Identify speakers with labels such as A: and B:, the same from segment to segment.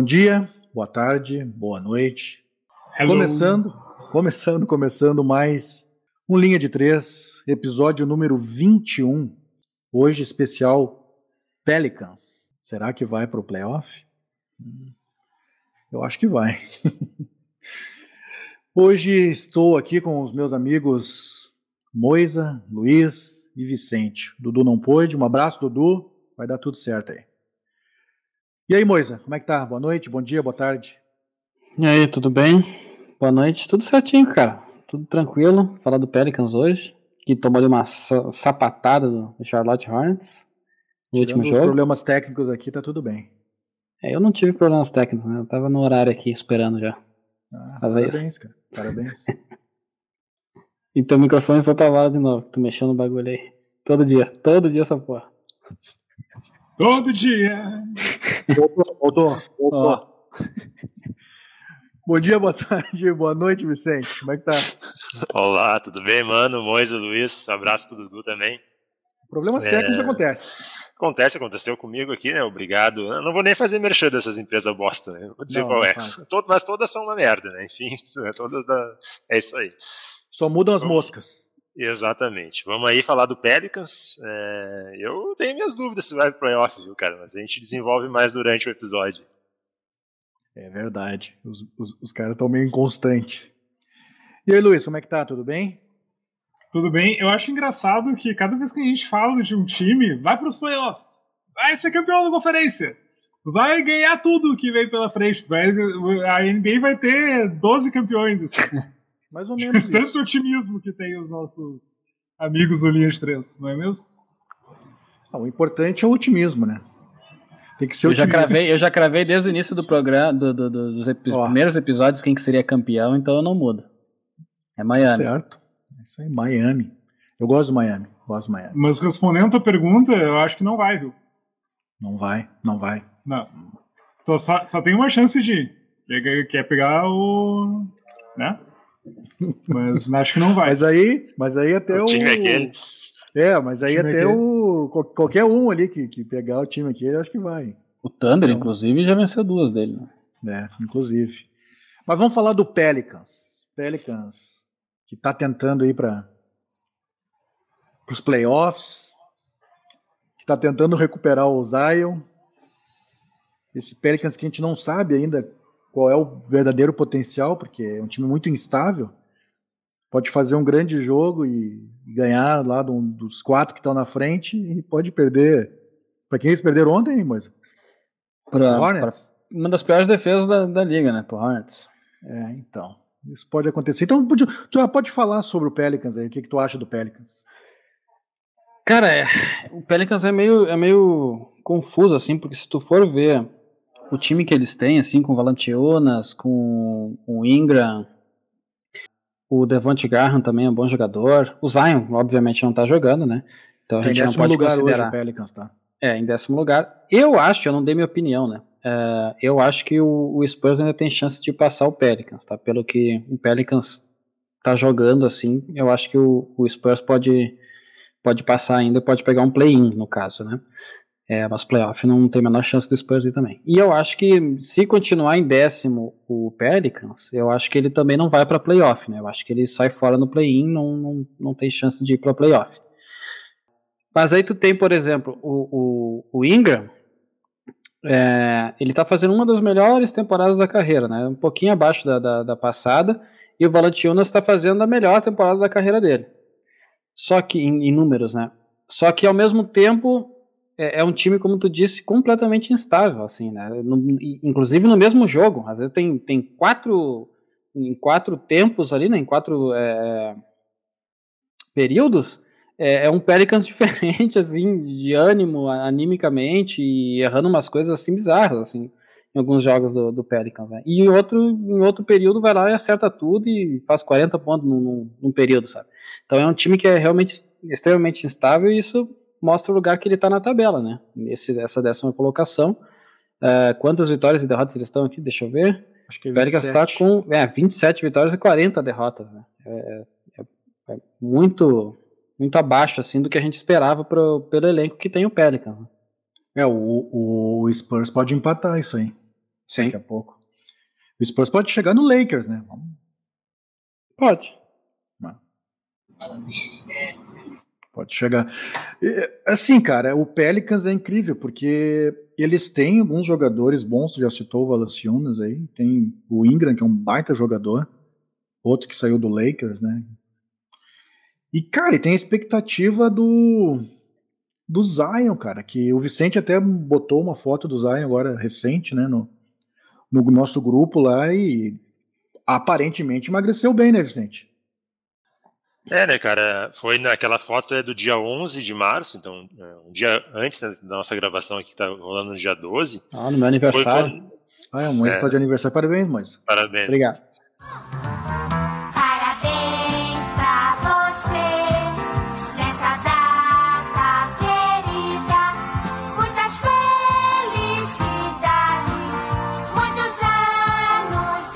A: dia, boa tarde, boa noite.
B: Hello.
A: Começando mais um Linha de 3, episódio número 21. Hoje especial Pelicans. Será que vai para o playoff? Eu acho que vai. Hoje estou aqui com os meus amigos Moisa, Luiz e Vicente. Dudu não pôde, um abraço, Dudu. Vai dar tudo certo aí. E aí, Moisa, como é que tá? Boa noite, bom dia, boa tarde.
C: E aí, tudo bem? Boa noite, tudo certinho, cara. Tudo tranquilo. Falar do Pelicans hoje, que tomou ali uma sapatada do Charlotte Hornets no último jogo.
A: Os problemas técnicos aqui, tá tudo bem.
C: Eu não tive problemas técnicos, né? Eu tava no horário aqui esperando já.
A: Parabéns, cara. Parabéns.
C: E teu microfone foi pra vala de novo. Tu mexeu no bagulho aí. Todo dia essa porra.
B: Todo dia!
A: Voltou. Bom dia, boa tarde, boa noite, Vicente. Como é que tá?
D: Olá, tudo bem, mano? Moisa, Luiz, abraço pro Dudu também.
A: Problemas técnicos acontecem.
D: Aconteceu comigo aqui, né? Obrigado. Eu não vou nem fazer merchan dessas empresas bosta, né? Vou dizer qual é. Mas todas são uma merda, né? Enfim, é isso aí.
A: Só mudam as moscas.
D: Exatamente. Vamos aí falar do Pelicans. Eu tenho minhas dúvidas se vai pro playoff, viu, cara? Mas a gente desenvolve mais durante o episódio.
A: É verdade. Os caras estão meio inconstantes. E aí, Luiz, como é que tá? Tudo bem?
B: Tudo bem. Eu acho engraçado que cada vez que a gente fala de um time, vai pros playoffs, vai ser campeão da conferência, vai ganhar tudo que vem pela frente. A NBA vai ter 12 campeões. Assim.
A: Mais ou menos
B: Tanto
A: isso.
B: otimismo que tem os nossos amigos do Linha de 3, não é mesmo?
A: O importante é o otimismo, né? Tem que ser otimista.
C: Eu já cravei desde o início do programa, dos primeiros episódios, quem que seria campeão, então eu não mudo. É Miami.
A: Certo. É isso aí, Miami. Eu gosto do Miami.
B: Mas respondendo a tua pergunta, eu acho que não vai, viu?
A: Não vai.
B: Não. Só tem uma chance de quer pegar o... né? Mas acho que não vai.
A: Mas aí até o
D: time aquele.
A: Mas aí até qualquer um ali que pegar o time aqui, eu acho que vai.
C: O Thunder, inclusive, já venceu 2 dele.
A: Né? Inclusive. Mas vamos falar do Pelicans. Pelicans que tá tentando ir para os playoffs, que tá tentando recuperar o Zion. Esse Pelicans que a gente não sabe ainda qual é o verdadeiro potencial, porque é um time muito instável. Pode fazer um grande jogo e ganhar lá dos 4 que estão na frente e pode perder. Para quem eles perderam ontem, hein, Moisa?
C: Para uma das piores defesas da liga, né? Pro Hornets.
A: Então. Isso pode acontecer. Então, tu pode falar sobre o Pelicans aí. O que tu acha do Pelicans?
C: Cara, o Pelicans é meio confuso, assim, porque se tu for ver o time que eles têm, assim, com o Valanciunas, com o Ingram, o Devonte Graham também é um bom jogador. O Zion, obviamente, não tá jogando, né? Então a gente não pode
A: lugar
C: considerar.
A: Hoje o Pelicans, tá?
C: Em 10º lugar. Eu não dei minha opinião, né? Eu acho que o Spurs ainda tem chance de passar o Pelicans, tá? Pelo que o Pelicans tá jogando, assim, eu acho que o Spurs pode passar ainda, pode pegar um play-in, no caso, né? Mas playoff não tem a menor chance do Spurs aí também. E eu acho que se continuar em 10º o Pelicans, eu acho que ele também não vai para playoff, né? Eu acho que ele sai fora no play-in, não tem chance de ir para playoff. Mas aí tu tem, por exemplo, o Ingram, ele tá fazendo uma das melhores temporadas da carreira, né? Um pouquinho abaixo da passada, e o Valanciunas está fazendo a melhor temporada da carreira dele. Só que, em números, né? Só que, ao mesmo tempo, é um time, como tu disse, completamente instável, assim, né? Inclusive no mesmo jogo. Às vezes tem 4 tempos ali, né? Em 4 períodos, é um Pelicans diferente, assim, de ânimo, animicamente, e errando umas coisas, assim, bizarras, assim, em alguns jogos do Pelicans, né? E em outro período vai lá e acerta tudo e faz 40 pontos num período, sabe? Então é um time que é realmente extremamente instável, e isso mostra o lugar que ele tá na tabela, né? Essa 10ª colocação. Quantas vitórias e derrotas eles estão aqui? Deixa eu ver.
A: Acho que é 27.
C: O Pelicans está com 27 vitórias e 40 derrotas, né? É muito abaixo, assim, do que a gente esperava pelo elenco que tem o Pelicans.
A: O Spurs pode empatar isso aí.
C: Sim.
A: Daqui a pouco. O Spurs pode chegar no Lakers, né?
C: Pode.
A: Pode chegar. Assim, cara, o Pelicans é incrível, porque eles têm alguns jogadores bons, tu já citou o Valanciunas aí, tem o Ingram, que é um baita jogador, outro que saiu do Lakers, né? E, cara, e tem a expectativa do Zion, cara, que o Vicente até botou uma foto do Zion agora recente, né, no nosso grupo lá, e aparentemente emagreceu bem, né, Vicente?
D: Né, cara, foi naquela foto do dia 11 de março, então um dia antes, né, da nossa gravação aqui, que tá rolando no dia 12.
C: No meu aniversário.
A: É um mês de aniversário, parabéns, Moisés.
D: Parabéns.
C: Obrigado.
E: Parabéns pra você, nessa data querida, muitas felicidades, muitos anos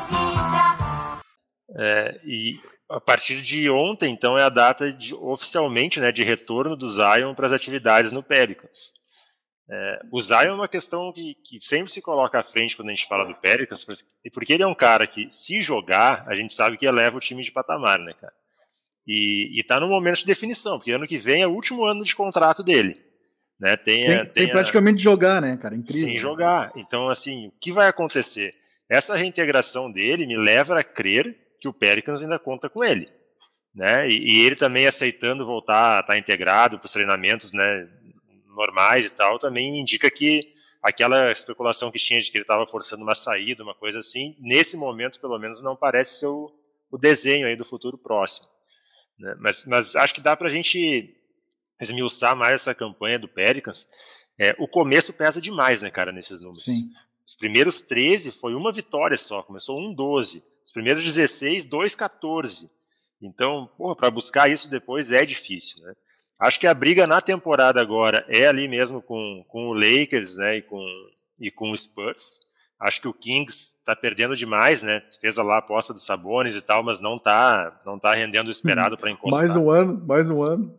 E: de vida.
D: E a partir de ontem, então, é a data oficialmente, né, de retorno do Zion para as atividades no Pelicans. O Zion é uma questão que sempre se coloca à frente quando a gente fala do Pelicans, porque ele é um cara que, se jogar, a gente sabe que eleva o time de patamar, né, cara? E tá no momento de definição, porque ano que vem é o último ano de contrato dele. Né?
A: Sem praticamente jogar, né, cara? Incrível.
D: Sem jogar. Então, assim, o que vai acontecer? Essa reintegração dele me leva a crer que o Pelicans ainda conta com ele, né? E ele também aceitando voltar a estar integrado para os treinamentos, né, normais e tal, também indica que aquela especulação que tinha de que ele estava forçando uma saída, uma coisa assim, nesse momento, pelo menos, não parece ser o desenho aí do futuro próximo, né? Mas acho que dá para a gente esmiuçar mais essa campanha do Pelicans. O começo pesa demais, né, cara, nesses números.
A: Sim.
D: Os primeiros 13 foi uma vitória só, começou 1-12. Os primeiros 16, 2-14. Então, para buscar isso depois é difícil, né? Acho que a briga na temporada agora é ali mesmo com o Lakers, né, e com o Spurs. Acho que o Kings está perdendo demais, né? Fez lá a aposta dos Sabonis e tal, mas não tá rendendo o esperado para encostar.
A: Mais um ano.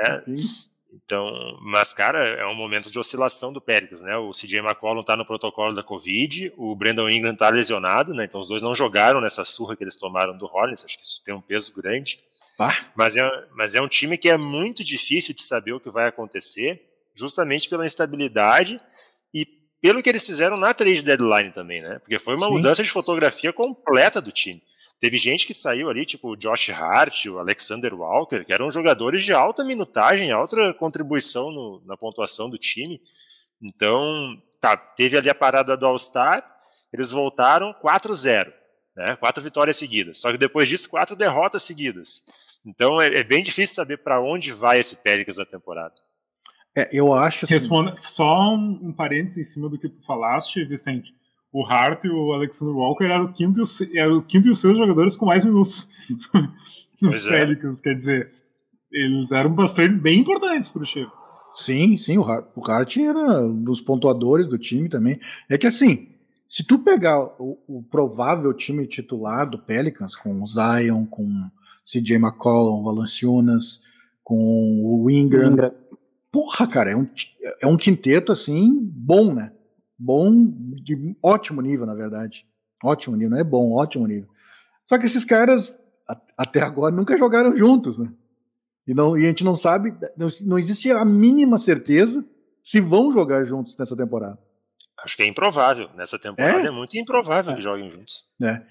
D: Então, mas, cara, é um momento de oscilação do Pelicans, né? O CJ McCollum tá no protocolo da Covid, o Brandon Ingram tá lesionado, né? Então os dois não jogaram nessa surra que eles tomaram do Hornets, acho que isso tem um peso grande. Mas é um time que é muito difícil de saber o que vai acontecer, justamente pela instabilidade e pelo que eles fizeram na trade deadline também, né? Porque foi uma mudança de fotografia completa do time. Teve gente que saiu ali, tipo o Josh Hart, o Alexander Walker, que eram jogadores de alta minutagem, alta contribuição na pontuação do time. Então, teve ali a parada do All-Star, eles voltaram 4-0, né? 4 vitórias seguidas. Só que depois disso, 4 derrotas seguidas. Então, é bem difícil saber para onde vai esse Pelicans na temporada.
A: Eu acho assim...
B: Só um parênteses em cima do que tu falaste, Vicente. O Hart e o Alexander Walker eram o quinto e o sexto jogadores com mais minutos nos Pelicans. Quer dizer, eles eram bem importantes para o time.
A: Sim, o Hart era um dos pontuadores do time também. É que assim, se tu pegar o provável time titular do Pelicans, com o Zion, com CJ McCollum, Valanciunas, com o Ingram. Porra, cara, é um quinteto assim, bom, né? Bom, de ótimo nível, na verdade. Ótimo nível, não é bom, ótimo nível. Só que esses caras, até agora, nunca jogaram juntos, né? E a gente não sabe, não existe a mínima certeza se vão jogar juntos nessa temporada.
D: Acho que é improvável. Nessa temporada é muito improvável que joguem juntos.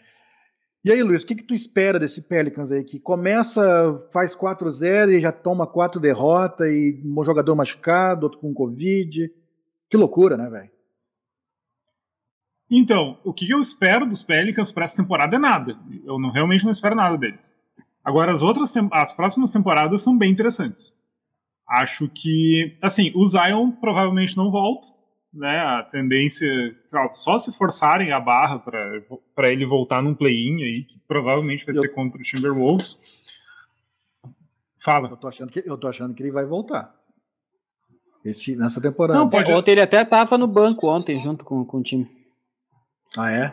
A: E aí, Luiz, o que tu espera desse Pelicans aí, que começa, faz 4-0 e já toma 4 derrotas, e um jogador machucado, outro com Covid? Que loucura, né, velho?
B: Então, o que eu espero dos Pelicans para essa temporada é nada. Eu realmente não espero nada deles. Agora, as próximas temporadas são bem interessantes. Acho que, assim, o Zion provavelmente não volta, né? A tendência, só se forçarem a barra para ele voltar num play-in aí, que provavelmente vai ser contra o Timberwolves. Fala.
A: Eu tô achando que ele vai voltar. Nessa temporada.
C: Não, ontem ele até tava no banco ontem, junto com o time.
A: Ah, é?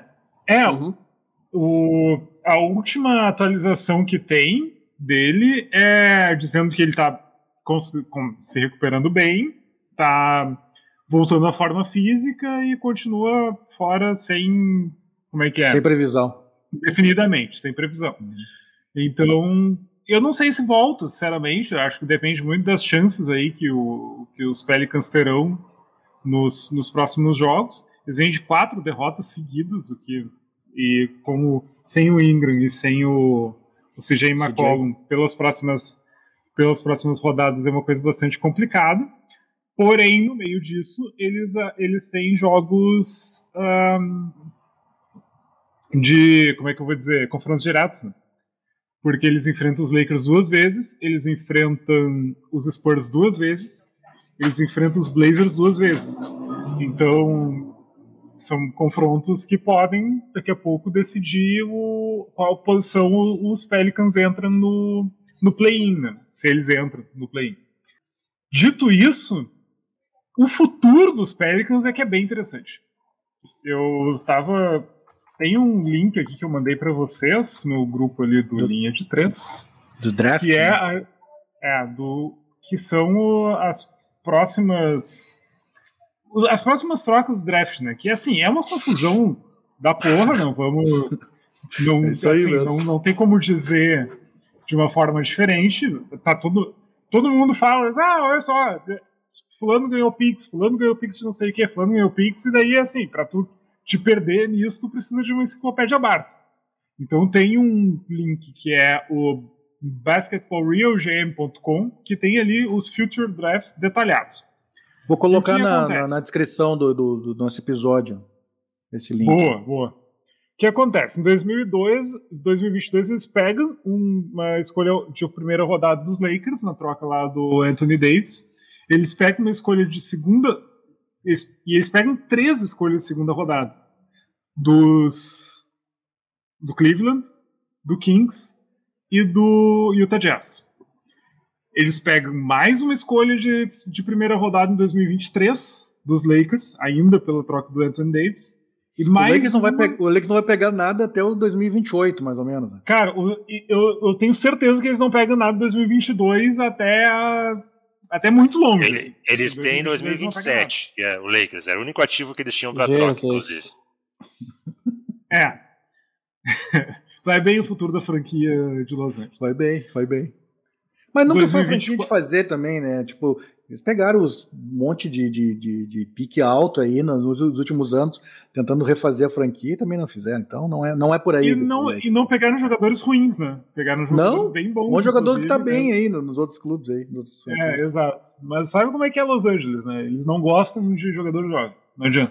B: A última atualização que tem dele é dizendo que ele tá se recuperando bem, tá voltando à forma física e continua fora sem... Como é que é?
A: Sem previsão.
B: Definidamente, sem previsão. Então, eu não sei se volta, sinceramente. Eu acho que depende muito das chances aí que os Pelicans terão nos próximos jogos. Eles vêm de 4 derrotas seguidas, e como sem o Ingram e sem o CJ McCollum pelas próximas rodadas é uma coisa bastante complicada. Porém, no meio disso, eles têm jogos de, como é que eu vou dizer, confrontos diretos, né? Porque eles enfrentam os Lakers 2 vezes, eles enfrentam os Spurs 2 vezes, eles enfrentam os Blazers 2 vezes. Então, são confrontos que podem, daqui a pouco, decidir qual posição os Pelicans entram no play-in, né? Se eles entram no play-in. Dito isso, o futuro dos Pelicans é que é bem interessante. Tem um link aqui que eu mandei para vocês no grupo ali do Linha de 3.
A: Do draft?
B: Que que são as próximas trocas do draft, né? Que assim, é uma confusão da porra, não vamos. Não,
A: isso aí
B: assim, não tem como dizer de uma forma diferente. Tá todo mundo fala, olha só, fulano ganhou Pix de não sei o que, fulano ganhou Pix, e daí assim, pra tu te perder nisso, tu precisa de uma enciclopédia Barça. Então tem um link que é o basketballrealgm.com, que tem ali os future drafts detalhados.
A: Vou colocar na descrição do nosso episódio esse link.
B: Boa. O que acontece? Em 2022 eles pegam uma escolha de primeira rodada dos Lakers, na troca lá do Anthony Davis. Eles pegam uma escolha de segunda... E eles pegam 3 escolhas de segunda rodada. Do Cleveland, do Kings e do Utah Jazz. Eles pegam mais uma escolha de primeira rodada em 2023 dos Lakers, ainda pela troca do Anthony Davis. E mais
A: o Lakers não vai pegar nada até o 2028, mais ou menos. Né?
B: Cara, eu tenho certeza que eles não pegam nada em 2022 até muito longe.
D: Eles têm 2027, que é o Lakers. Era o único ativo que eles tinham para troca, inclusive.
B: Vai bem o futuro da franquia de Los Angeles.
A: Vai bem. Mas nunca foi a franquia de fazer também, né? Tipo, eles pegaram um monte de pique alto aí nos últimos anos, tentando refazer a franquia e também não fizeram. Então não é por aí.
B: E não pegaram jogadores ruins, né? Pegaram jogadores bem bons.
A: Um jogador que tá bem aí nos outros clubes aí.
B: Exato. Mas sabe como é que é Los Angeles, né? Eles não gostam de jogador jovem. Não adianta.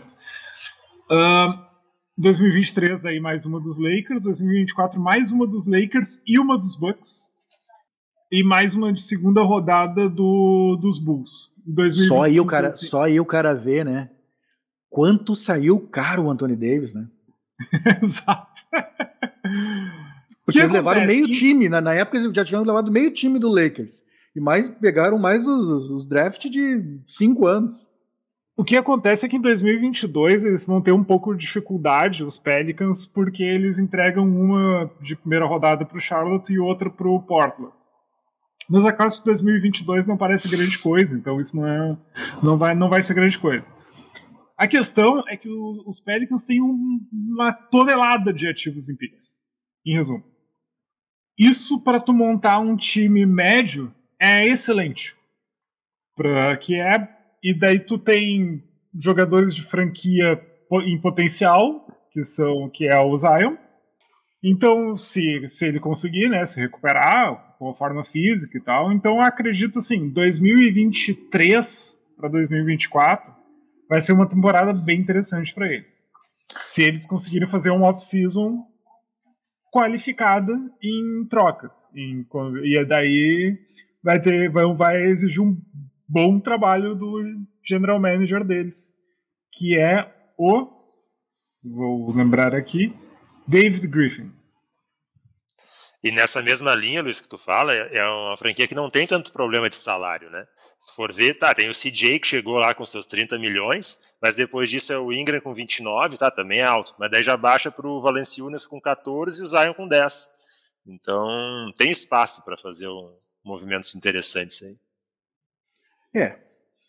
B: 2023 aí mais uma dos Lakers, 2024 mais uma dos Lakers e uma dos Bucks. E mais uma de segunda rodada dos Bulls.
A: 2025, só aí o cara vê, né? Quanto saiu caro o Anthony Davis, né?
B: Exato.
A: Porque eles levaram meio time, na época eles já tinham levado meio time do Lakers. E pegaram mais os drafts de 5 anos.
B: O que acontece é que em 2022 eles vão ter um pouco de dificuldade, os Pelicans, porque eles entregam uma de primeira rodada para o Charlotte e outra para o Portland. Mas a classe de 2022 não parece grande coisa, então isso não vai ser grande coisa. A questão é que os Pelicans têm uma tonelada de ativos em picks, em resumo. Isso para tu montar um time médio é excelente. E daí tu tem jogadores de franquia em potencial, que é o Zion. Então, se ele conseguir, né, se recuperar com a forma física e tal, então eu acredito assim, 2023 para 2024 vai ser uma temporada bem interessante para eles. Se eles conseguirem fazer uma off-season qualificada em trocas. E daí vai exigir um bom trabalho do general manager deles, que é vou lembrar aqui, David Griffin.
D: E nessa mesma linha, Luiz, que tu fala, é uma franquia que não tem tanto problema de salário, né? Se tu for ver, tem o CJ que chegou lá com seus 30 milhões, mas depois disso é o Ingram com 29, também é alto, mas daí já baixa pro Valanciunas com 14 e o Zion com 10. Então tem espaço para fazer movimentos interessantes aí.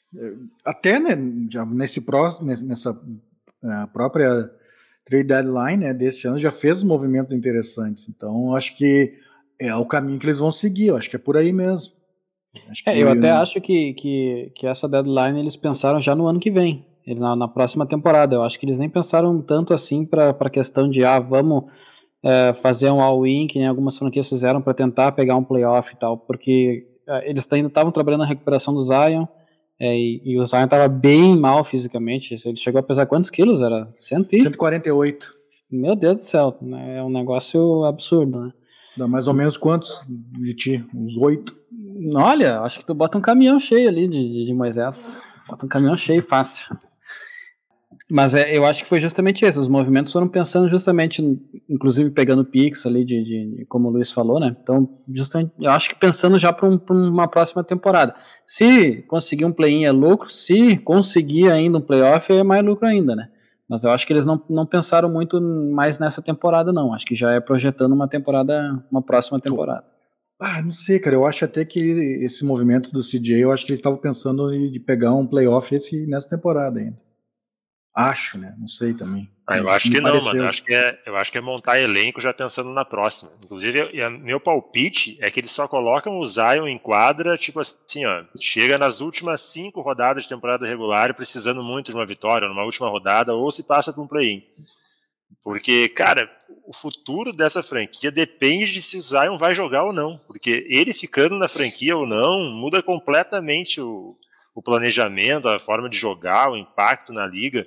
A: Até, né, já nessa própria trade deadline, né, desse ano já fez movimentos interessantes. Então, eu acho que é o caminho que eles vão seguir. Eu acho que é por aí mesmo.
C: Eu até acho que essa deadline eles pensaram já no ano que vem, na próxima temporada. Eu acho que eles nem pensaram tanto assim para a questão de vamos fazer um all-in, que nem algumas franquias fizeram para tentar pegar um playoff e tal, porque eles ainda estavam trabalhando na recuperação do Zion, e o Zion estava bem mal fisicamente. Ele chegou a pesar quantos quilos? Era
A: 148.
C: Meu Deus do céu, né? É um negócio absurdo, né?
A: Dá mais ou menos quantos de ti? Uns 8?
C: Olha, acho que tu bota um caminhão cheio ali de Moisés. Bota um caminhão cheio fácil. Mas eu acho que foi justamente isso. Os movimentos foram pensando justamente, inclusive pegando picks ali, como o Luiz falou, né? Então, justamente, eu acho que pensando já para uma próxima temporada. Se conseguir um play-in é lucro, se conseguir ainda um playoff é mais lucro ainda, né? Mas eu acho que eles não pensaram muito mais nessa temporada, não. Acho que já é projetando uma próxima temporada.
A: Não sei, cara. Eu acho até que esse movimento do CJ, eu acho que eles estavam pensando de pegar um playoff nessa temporada ainda. Acho, né? Não sei também.
D: Eu acho que não, mano. Eu acho que é montar elenco já pensando na próxima. Inclusive, meu palpite é que eles só colocam o Zion em quadra, tipo assim, chega nas últimas 5 rodadas de temporada regular, precisando muito de uma vitória, numa última rodada, ou se passa para um play-in. Porque, cara, o futuro dessa franquia depende de se o Zion vai jogar ou não. Porque ele ficando na franquia ou não, muda completamente o planejamento, a forma de jogar, o impacto na liga.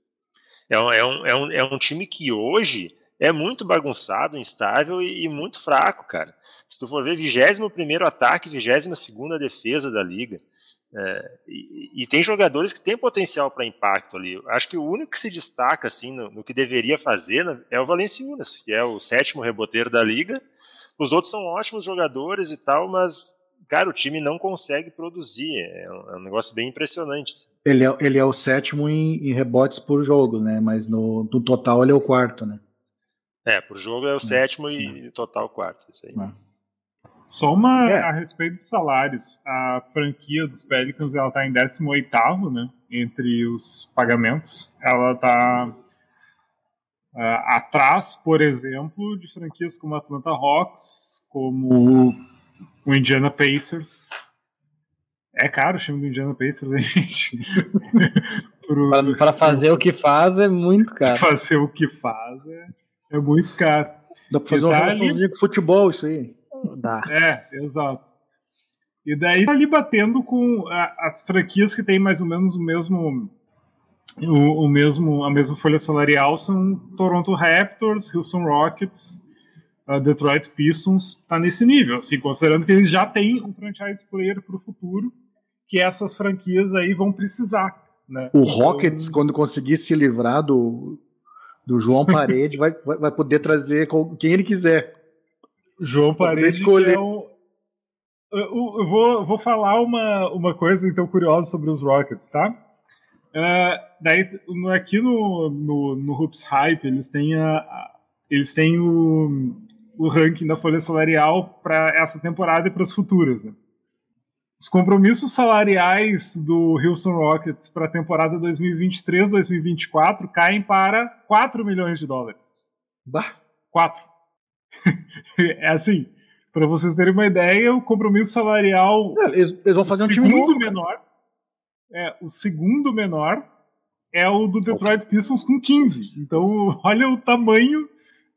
D: É um time que hoje é muito bagunçado, instável e muito fraco, cara. Se tu for ver, 21º ataque, 22ª defesa da liga. E tem jogadores que têm potencial para impacto ali. Acho que o único que se destaca assim, no que deveria fazer é o Valanciunas, que é o 7º reboteiro da liga. Os outros são ótimos jogadores e tal, mas, cara, o time não consegue produzir. É um negócio bem impressionante.
A: Ele é o 7º em rebotes por jogo, né? Mas no total ele é o 4º, né?
D: Por jogo é o 7º e total o 4º. Isso aí.
B: Só a respeito dos salários. A franquia dos Pelicans, ela tá em 18º, né? Entre os pagamentos. Ela tá atrás, por exemplo, de franquias como a Atlanta Hawks, como o Indiana Pacers. É caro o time do Indiana Pacers, hein, gente?
C: Para fazer o que faz é muito caro.
B: Fazer o que faz é muito caro.
A: Dá para fazer uma relaçãozinha com futebol, isso aí.
C: Dá.
B: Exato. E daí tá ali batendo com as franquias que tem mais ou menos a mesma folha salarial são Toronto Raptors, Houston Rockets, Detroit Pistons, tá nesse nível, assim, considerando que eles já têm um franchise player pro futuro que essas franquias aí vão precisar, né?
A: O Rockets, quando conseguir se livrar do João Parede, vai poder trazer quem ele quiser.
B: João Parede
A: escolher.
B: Eu vou falar uma coisa então curiosa sobre os Rockets, tá? Daí aqui no Hoops Hype eles têm o ranking da folha salarial para essa temporada e para as futuras, né? Os compromissos salariais do Houston Rockets para a temporada 2023-2024 caem para $4 milhões.
A: Bah.
B: 4. É assim, para vocês terem uma ideia, o compromisso salarial
A: eles vão fazer um time novo,
B: menor. O segundo menor é o do Detroit Pistons com 15. Então, olha o tamanho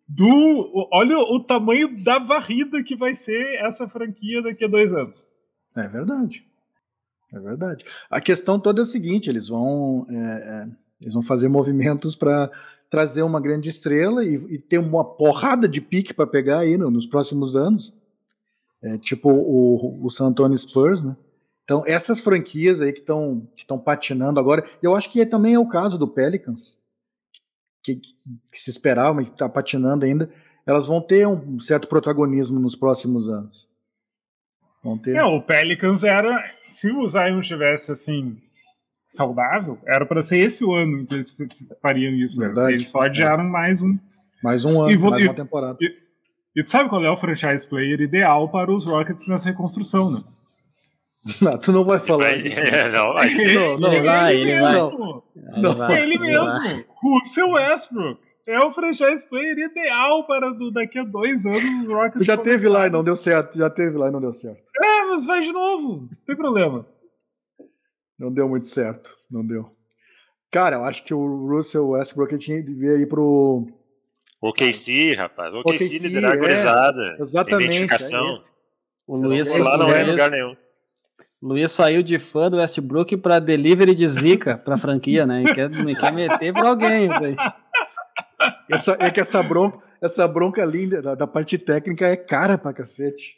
B: da varrida que vai ser essa franquia daqui a 2 anos.
A: É verdade. A questão toda é a seguinte: eles vão fazer movimentos para trazer uma grande estrela e ter uma porrada de pique para pegar aí nos próximos anos, tipo o San Antonio Spurs, né? Então essas franquias aí que estão patinando agora, eu acho que também é o caso do Pelicans, que se esperava, mas que está patinando ainda, elas vão ter um certo protagonismo nos próximos anos.
B: O Pelicans era, se o Zion tivesse assim saudável, era para ser esse o ano que eles fariam isso.
A: Verdade.
B: Né? Eles só adiaram mais um ano, mais uma temporada. E tu sabe qual é o franchise player ideal para os Rockets nessa reconstrução, né?
A: Não, tu não vai falar
D: Vai-
A: isso.
D: não, vai ser.
A: Não,
C: Ele vai,
B: ele
C: ele vai.
B: mesmo.
A: Não,
C: vai,
B: Ele
C: vai.
B: mesmo. Russell Westbrook. É o franchise player ideal para daqui a 2 anos os Rockets.
A: Já teve lá e
B: começarem.
A: não deu certo. Já teve lá e não deu certo.
B: É, mas vai de novo. Não tem problema.
A: Não deu muito certo. Não deu. Cara, eu acho que o Russell Westbrook devia ir pro.
D: O KC, rapaz. O
A: OKC,
D: KC liderar a gorizada.
A: Exatamente.
D: Identificação.
A: É esse.
C: O
D: Se
C: Luiz,
D: não for lá, não é em
C: Luiz-
D: lugar nenhum.
C: Luiz saiu de fã do Westbrook pra delivery de zica pra franquia, né? E quer meter pra alguém isso aí.
A: É que essa bronca linda da parte técnica é cara pra cacete.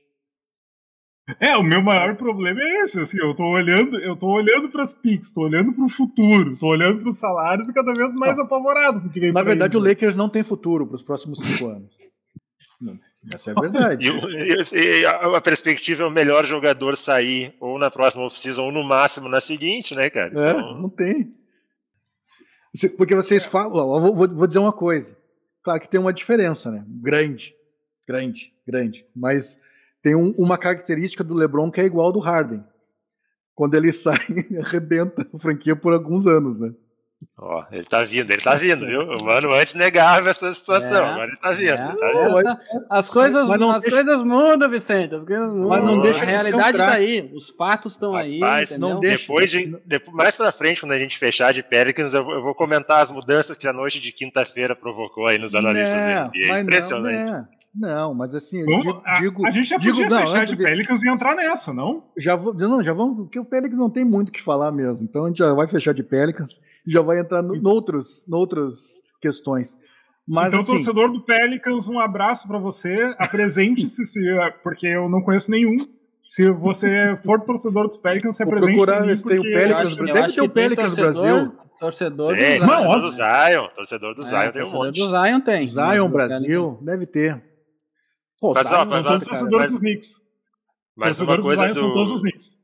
B: É, o meu maior problema é esse, assim, eu tô olhando para as picks, tô olhando para o futuro, tô olhando para os salários e cada vez mais apavorado porque vem
A: Na
B: por
A: verdade,
B: aí,
A: o
B: né?
A: Lakers não tem futuro para os próximos 5 anos. Essa é a verdade.
D: E a perspectiva é o melhor jogador sair ou na próxima off-season ou no máximo na seguinte, né, cara?
A: É,
D: Então,
A: não tem. Porque vocês falam. Ó, vou dizer uma coisa. Claro que tem uma diferença, né? Grande. Mas tem uma característica do LeBron que é igual ao do Harden. Quando ele sai, arrebenta a franquia por alguns anos, né?
D: ó, ele tá vindo, viu? O mano antes negava essa situação,
C: É,
D: agora ele tá vindo.
C: é.
D: Ele tá vindo.
C: As coisas,
A: Mas não
C: as
A: deixa-
C: coisas mudam, Vicente. As coisas mudam.
A: não
D: deixa
C: A
D: de ser um
C: realidade tá
A: craque.
C: aí. Os fatos estão aí.
D: Rapaz,
C: Entendeu?
A: não deixa.
D: mais pra frente, quando a gente fechar de Pelicans, eu vou comentar as mudanças que a noite de quinta-feira provocou aí nos analistas da NBA.
A: mas
D: Impressionante.
A: não, mas assim, eu
B: Vamos-
A: digo.
B: a gente já
A: digo,
B: podia
A: não,
B: fechar
A: antes
B: de
A: de-
B: Pelicans e entrar nessa, não?
A: Já vamos, porque o Pelicans não tem muito o que falar mesmo. Então a gente já vai fechar de Pelicans e já vai entrar noutras questões. Mas
B: Então,
A: assim,
B: torcedor do Pelicans, um abraço pra você. Apresente-se, porque eu não conheço nenhum. Se você for torcedor dos Pelicans, se
A: Vou
B: apresente
A: procurar
B: pra mim,
A: ver se tem o
B: porque
A: Pelicans.
C: Eu
A: Deve
C: acho
A: ter o
C: que tem
A: Pelicans
C: torcedor-
A: Brasil.
C: Torcedor
D: Tem,
C: do
D: torcedor
B: óbvio.
D: do Zion. Torcedor do Zion tem um
C: torcedor
D: monte.
C: do Zion tem.
A: Zion
C: Do
A: Brasil, deve ter. Pô,
D: Mas,
A: Zion
D: ó,
A: não
D: mas-
A: tem,
B: Todos os
A: cara.
B: torcedores
D: mas-
B: dos Knicks.
D: Mas uma
B: Torcedores do
D: coisa
B: Zion são todos os
D: do...
B: Knicks.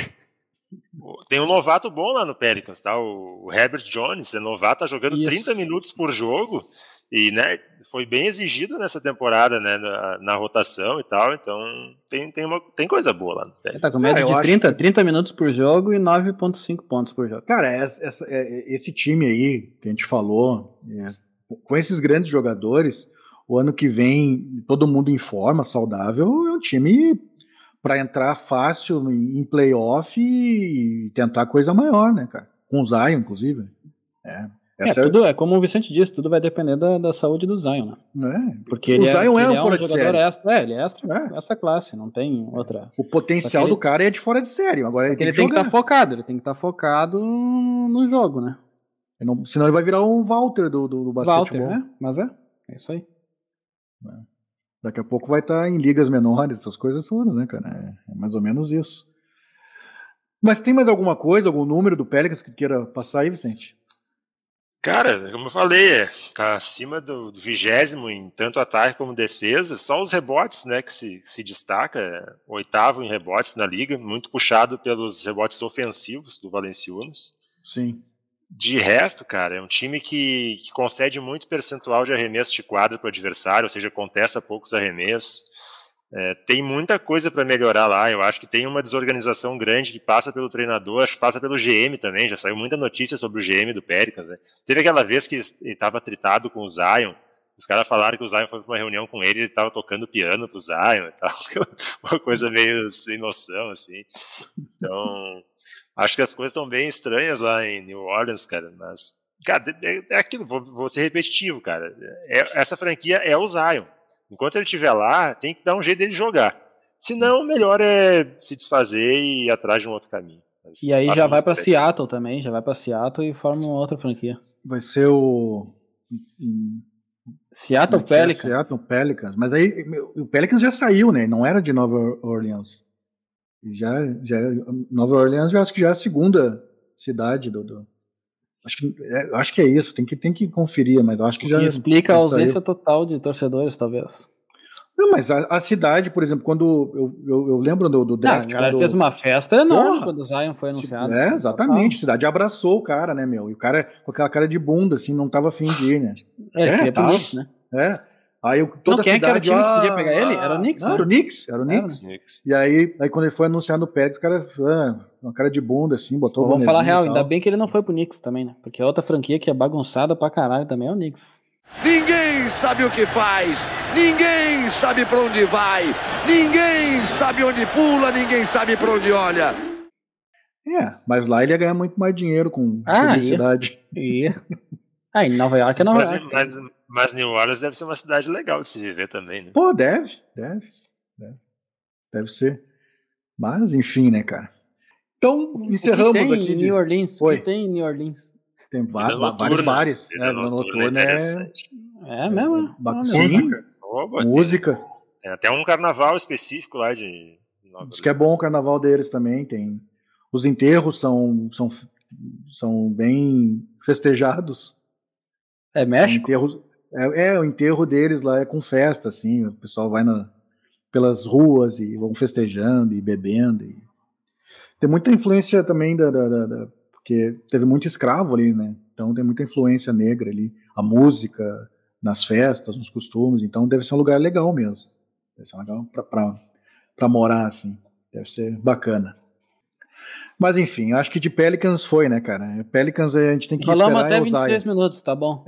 D: Tem um novato bom lá no Pelicans, tá? O Herbert Jones, é novato, tá jogando
C: Isso.
D: 30 minutos por jogo e, né, foi bem exigido nessa temporada, né, na rotação e tal, então tem coisa boa lá no
C: Ele
D: Pelicans.
C: tá com média
A: eu
C: de
A: acho
C: 30 minutos por jogo e 9,5 pontos por jogo.
A: Cara, esse time aí que a gente falou, com esses grandes jogadores, o ano que vem, todo mundo em forma, saudável, é um time para entrar fácil em playoff e tentar coisa maior, né, cara? Com o Zion, inclusive.
C: É como o Vicente disse, tudo vai depender da saúde do Zion, né? Porque
A: O
C: ele
A: Zion é
C: ele
A: um fora de
C: jogador
A: série.
C: extra. Ele é extra,
A: É.
C: essa classe, não tem outra.
A: O potencial
C: Só que
A: do cara é de fora de série. Agora ele
C: Porque
A: tem
C: ele
A: que
C: tem que
A: jogar.
C: estar focado, ele tem que estar focado no jogo, né?
A: Senão ele vai virar um Walter do
C: Walter,
A: basquetebol.
C: né? Mas é isso aí.
A: Daqui a pouco vai estar em ligas menores, essas coisas todas, né, cara? É mais ou menos isso. Mas tem mais alguma coisa, algum número do Pelicans que queira passar aí, Vicente?
D: Cara, como eu falei, tá acima do 20º em tanto ataque como defesa, só os rebotes, né, que se destaca, 8º em rebotes na liga, muito puxado pelos rebotes ofensivos do Valanciunas.
A: Sim.
D: De resto, cara, é um time que concede muito percentual de arremesso de quadra para o adversário, ou seja, contesta poucos arremessos. Tem muita coisa para melhorar lá. Eu acho que tem uma desorganização grande que passa pelo treinador, acho que passa pelo GM também. Já saiu muita notícia sobre o GM do Pelicans, né? Teve aquela vez que ele estava tritado com o Zion. Os caras falaram que o Zion foi para uma reunião com ele, ele estava tocando piano pro Zion e tal. Uma coisa meio sem noção, assim. Então, acho que as coisas estão bem estranhas lá em New Orleans, cara. Mas, cara, é aquilo, vou ser repetitivo, cara. Essa franquia é o Zion. Enquanto ele estiver lá, tem que dar um jeito dele jogar. Se não, melhor é se desfazer e ir atrás de um outro caminho. Mas
C: E aí
D: passa
C: já vai
D: muito
C: pra
D: bem.
C: Seattle também, já vai pra Seattle e forma uma outra franquia.
A: Vai ser o
C: Seattle Pelicans.
A: Seattle Pelicans. Mas aí o Pelicans já saiu, né? Não era de Nova Orleans. Nova Orleans já acho que já é a segunda cidade do acho que é isso, tem que conferir, mas eu acho que
C: O
A: já
C: que explica a
A: já
C: ausência
A: saiu.
C: total de torcedores, talvez.
A: Não, mas a cidade, por exemplo, quando eu lembro do
C: Não,
A: draft,
C: a galera
A: quando-
C: fez uma festa enorme
A: Porra!
C: quando o Zion foi anunciado.
A: Exatamente, a cidade abraçou o cara, né, meu? E o cara com aquela cara de bunda, assim, não tava afim de ir, né?
C: Ele queria
A: tá.
C: pro Knicks, né?
A: Aí toda
C: quem
A: a
C: é que era o
A: cidade...
C: time que podia pegar ele? Era o Knicks,
A: Não,
C: né?
A: era o Knicks. Era o Knicks.
D: Knicks.
A: E aí quando ele foi anunciar no Pelicans, o cara, uma cara de bunda, assim, botou o
C: Vamos falar
A: bonezinho
C: real,
A: e tal.
C: ainda bem que ele não foi pro Knicks também, né? Porque a outra franquia que é bagunçada pra caralho também é o Knicks.
F: Ninguém sabe o que faz, ninguém sabe pra onde vai, ninguém sabe onde pula, ninguém sabe pra onde olha.
A: Mas lá ele ia ganhar muito mais dinheiro com
C: Ah,
A: publicidade.
C: Em Nova York é Nova York.
D: Mas New Orleans deve ser uma cidade legal de se viver também, né?
A: Pô, deve ser. Mas, enfim, né, cara? Então, encerramos
C: tem
A: aqui.
C: Em New Orleans.
A: Oi.
C: O que tem em New Orleans?
A: Tem
D: Vida
A: vários
D: noturna.
A: bares.
D: Vida noturna é
A: Noturna
D: interessante.
C: É mesmo?
A: Bacana.
C: Olha.
A: Sim,
D: Oba,
A: música.
D: Tem até um carnaval específico lá de Nova
A: Diz que é bom o carnaval deles também. Tem. Os enterros são bem festejados.
C: É
A: São
C: México?
A: enterros, o enterro deles lá é com festa, assim. O pessoal vai pelas ruas e vão festejando e bebendo. Tem muita influência também porque teve muito escravo ali, né? Então tem muita influência negra ali. A música, nas festas, nos costumes. Então deve ser um lugar legal mesmo. Deve ser legal pra morar, assim. Deve ser bacana. Mas enfim, eu acho que de Pelicans foi, né, cara? Pelicans a gente tem que
C: Falamos
A: esperar
C: até
A: o Zion.
C: 26 minutos, tá bom?